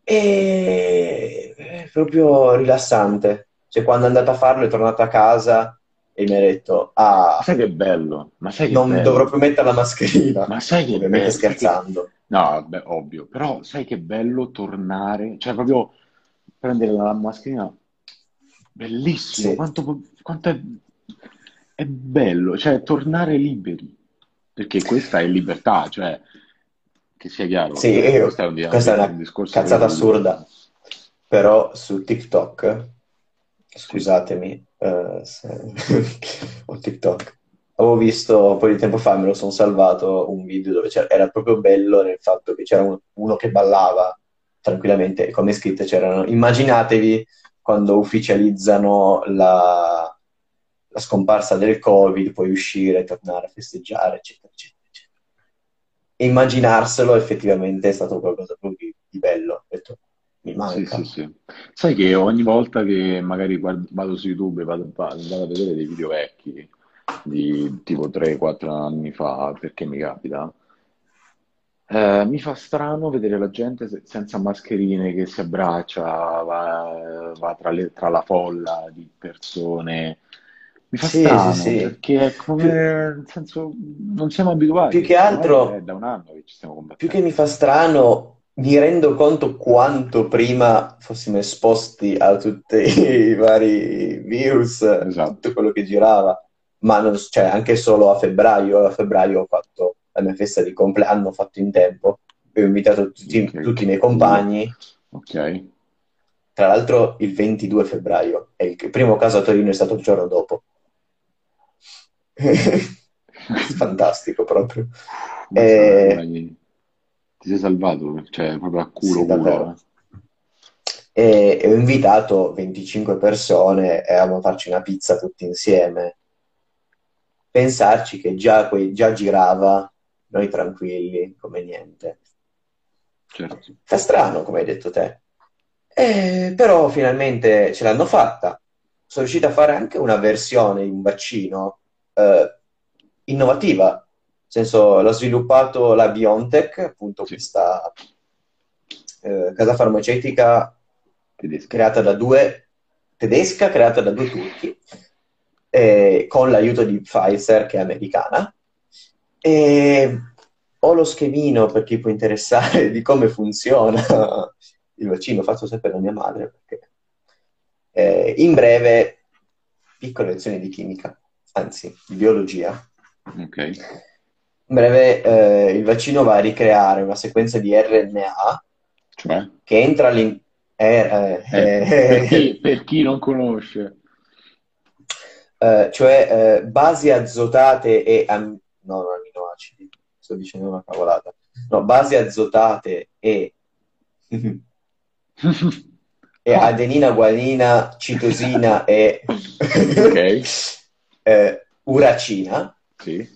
Speaker 2: E è proprio rilassante. Cioè, quando è andata a farlo, è tornata a casa e mi ha detto:
Speaker 1: Ma
Speaker 2: Ah,
Speaker 1: sai che bello? Ma sai che
Speaker 2: non dovrò
Speaker 1: bello?
Speaker 2: più mettere la mascherina.
Speaker 1: Ma sai che
Speaker 2: Ovviamente
Speaker 1: bello? Sai che...
Speaker 2: scherzando.
Speaker 1: No, vabbè, ovvio, però sai che bello tornare, cioè proprio prendere la mascherina, bellissimo,
Speaker 2: Sì,
Speaker 1: quanto è bello, cioè tornare liberi, perché questa è libertà, cioè, che sia chiaro,
Speaker 2: sì,
Speaker 1: cioè, questo è
Speaker 2: questa è
Speaker 1: un
Speaker 2: una
Speaker 1: discorso
Speaker 2: cazzata
Speaker 1: proprio di libertà.
Speaker 2: assurda. Però su TikTok,
Speaker 1: Sì,
Speaker 2: scusatemi, ho TikTok, avevo visto un po' di tempo fa, me lo sono salvato, un video dove era proprio bello nel fatto che c'era uno che ballava tranquillamente e come scritte c'erano, immaginatevi quando ufficializzano la scomparsa del Covid, puoi uscire, tornare a festeggiare, eccetera, eccetera, eccetera. Immaginarselo effettivamente è stato qualcosa proprio di bello, ho detto, mi
Speaker 1: sì, sì,
Speaker 2: manca.
Speaker 1: sì. Sai che ogni volta che magari vado su YouTube e vado a vedere dei video vecchi di tipo 3-4 anni fa, perché mi capita, mi fa strano vedere la gente senza mascherine che si abbraccia, va tra la folla di persone. Mi fa
Speaker 2: Sì, sì,
Speaker 1: strano
Speaker 2: sì.
Speaker 1: perché è
Speaker 2: Più,
Speaker 1: come, nel senso, non siamo
Speaker 2: più
Speaker 1: abituati.
Speaker 2: che
Speaker 1: Ormai è
Speaker 2: altro,
Speaker 1: da un anno che ci stiamo
Speaker 2: più che mi
Speaker 1: combattendo.
Speaker 2: fa strano, mi rendo conto quanto prima fossimo esposti a tutti i vari virus, tutto
Speaker 1: Esatto.
Speaker 2: quello che girava, ma cioè, anche solo a febbraio ho fatto la mia festa di compleanno fatto in tempo, e ho invitato
Speaker 1: Ok.
Speaker 2: tutti i miei compagni,
Speaker 1: Ok.
Speaker 2: tra l'altro il 22 febbraio, e il primo caso a Torino è stato il giorno dopo. Fantastico proprio.
Speaker 1: Mazza, ti sei salvato, cioè proprio a
Speaker 2: Sì,
Speaker 1: culo culo,
Speaker 2: davvero. E ho invitato 25 persone e a farci una pizza tutti insieme. Pensarci che già girava, noi tranquilli, come niente.
Speaker 1: certo.
Speaker 2: Fa strano, come hai detto te. Però finalmente ce l'hanno fatta. Sono riuscito a fare anche una versione di un vaccino innovativa. Nel senso, l'ha sviluppato la BioNTech, appunto
Speaker 1: Sì,
Speaker 2: questa casa farmaceutica
Speaker 1: tedesca.
Speaker 2: creata da due, tedesca, creata da due turchi, con l'aiuto di Pfizer, che è americana. E ho lo schemino per chi può interessare di come funziona il vaccino, fatto sempre da mia madre, perché in breve, piccole lezioni di chimica, anzi, di biologia.
Speaker 1: Ok.
Speaker 2: In breve, il vaccino va a ricreare una sequenza di RNA
Speaker 1: Cioè?
Speaker 2: che entra all'in...
Speaker 1: Per chi non conosce.
Speaker 2: cioè basi azotate no, non aminoacidi, sto dicendo una cavolata. No, basi azotate e
Speaker 1: Ah,
Speaker 2: adenina, guanina, citosina e
Speaker 1: ok,
Speaker 2: uracina,
Speaker 1: sì,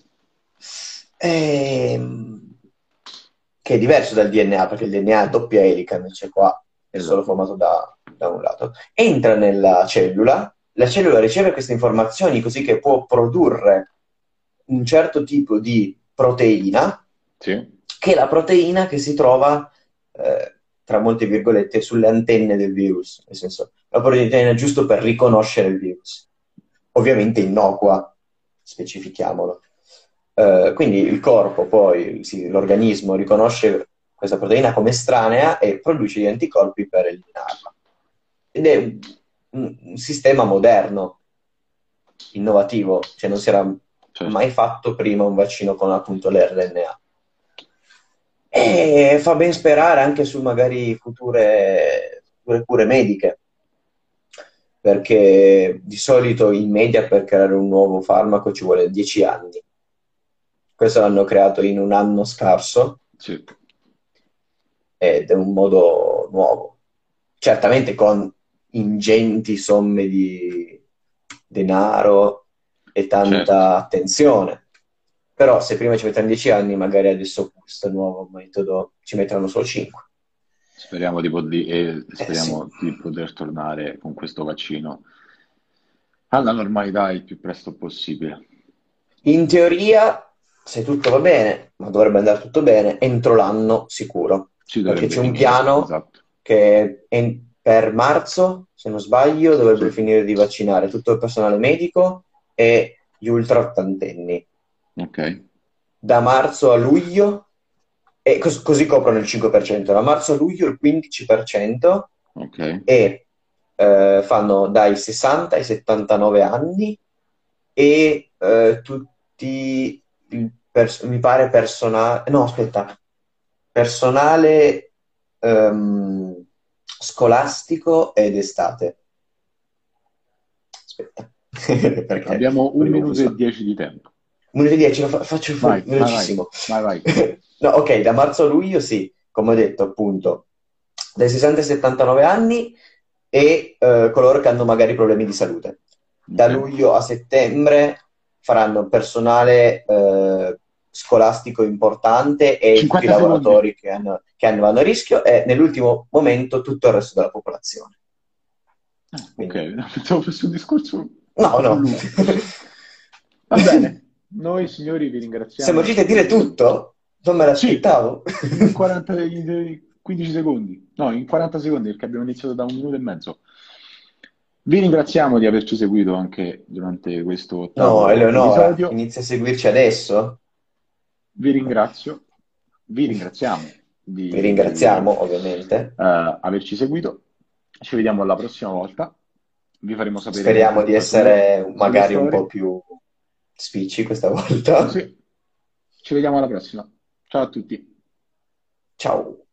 Speaker 2: ehm, che è diverso dal DNA, perché il DNA è doppia elica, invece qua è solo
Speaker 1: esatto.
Speaker 2: formato da un lato. Entra nella cellula, la cellula riceve queste informazioni così che può produrre un certo tipo di proteina,
Speaker 1: Sì,
Speaker 2: che è la proteina che si trova, tra molte virgolette, sulle antenne del virus, nel senso, la proteina giusto per riconoscere il virus. Ovviamente innocua, specifichiamolo. Quindi il corpo, poi sì, l'organismo riconosce questa proteina come estranea e produce gli anticorpi per eliminarla. Ed è un sistema moderno, innovativo, cioè non si era
Speaker 1: certo.
Speaker 2: mai fatto prima un vaccino con appunto l'RNA. E fa ben sperare anche su magari future cure mediche, perché di solito in media per creare un nuovo farmaco ci vuole 10 anni. Questo l'hanno creato in un anno scarso
Speaker 1: Sì,
Speaker 2: ed è un modo nuovo. Certamente con ingenti somme di denaro e
Speaker 1: certo.
Speaker 2: tanta attenzione. Però se prima ci mettono 10 anni, magari adesso con questo nuovo metodo ci metteranno solo 5.
Speaker 1: E
Speaker 2: Sì.
Speaker 1: speriamo di poter tornare con questo vaccino alla normalità il più presto possibile.
Speaker 2: In teoria, se tutto va bene, ma dovrebbe andare tutto bene, entro l'anno sicuro,
Speaker 1: Ci
Speaker 2: perché
Speaker 1: dovrebbe
Speaker 2: c'è un
Speaker 1: finire,
Speaker 2: piano
Speaker 1: esatto.
Speaker 2: che per marzo, se non sbaglio, dovrebbero
Speaker 1: Sì,
Speaker 2: finire di vaccinare tutto il personale medico e gli ultra ottantenni.
Speaker 1: ok,
Speaker 2: Da marzo a luglio, e così coprono il 5%, da marzo a luglio il 15%
Speaker 1: ok.
Speaker 2: e fanno dai 60 ai 79 anni e tutti, mi pare personale, no aspetta, personale scolastico ed estate. Aspetta, perché
Speaker 1: Abbiamo un
Speaker 2: prima ho
Speaker 1: minuto e
Speaker 2: confuso.
Speaker 1: 10 di tempo.
Speaker 2: 1 10, faccio
Speaker 1: Vai, vai, vai,
Speaker 2: velocissimo.
Speaker 1: vai, vai.
Speaker 2: No, ok, da marzo a luglio sì, come ho detto appunto, dai 60 ai 79 anni e coloro che hanno magari problemi di salute. Da
Speaker 1: Ok.
Speaker 2: luglio a settembre faranno personale scolastico importante e tutti i
Speaker 1: 50 secondi.
Speaker 2: lavoratori vanno a rischio e nell'ultimo momento tutto il resto della popolazione.
Speaker 1: Ah, ok,
Speaker 2: Quindi,
Speaker 1: pensavo fosse un discorso
Speaker 2: no,
Speaker 1: più
Speaker 2: no.
Speaker 1: lungo. Va bene, noi signori vi
Speaker 2: Siamo
Speaker 1: ringraziamo
Speaker 2: riusciti a dire
Speaker 1: di...
Speaker 2: tutto? Non me
Speaker 1: Sì,
Speaker 2: l'aspettavo.
Speaker 1: in 40, in 15 secondi. No, in 40 secondi perché abbiamo iniziato da un minuto e mezzo. Vi ringraziamo di averci seguito anche durante questo
Speaker 2: No,
Speaker 1: ottavo
Speaker 2: Eleonora,
Speaker 1: episodio.
Speaker 2: inizia a seguirci adesso?
Speaker 1: Vi ringrazio, vi ringraziamo.
Speaker 2: Vi
Speaker 1: di
Speaker 2: ringraziamo ovviamente.
Speaker 1: averci seguito. Ci vediamo alla prossima volta. Vi faremo sapere come è
Speaker 2: Speriamo di
Speaker 1: venuta
Speaker 2: essere
Speaker 1: sulle
Speaker 2: magari un po'
Speaker 1: storie.
Speaker 2: più spicci questa volta.
Speaker 1: Sì, ci vediamo alla prossima. Ciao a tutti.
Speaker 2: Ciao.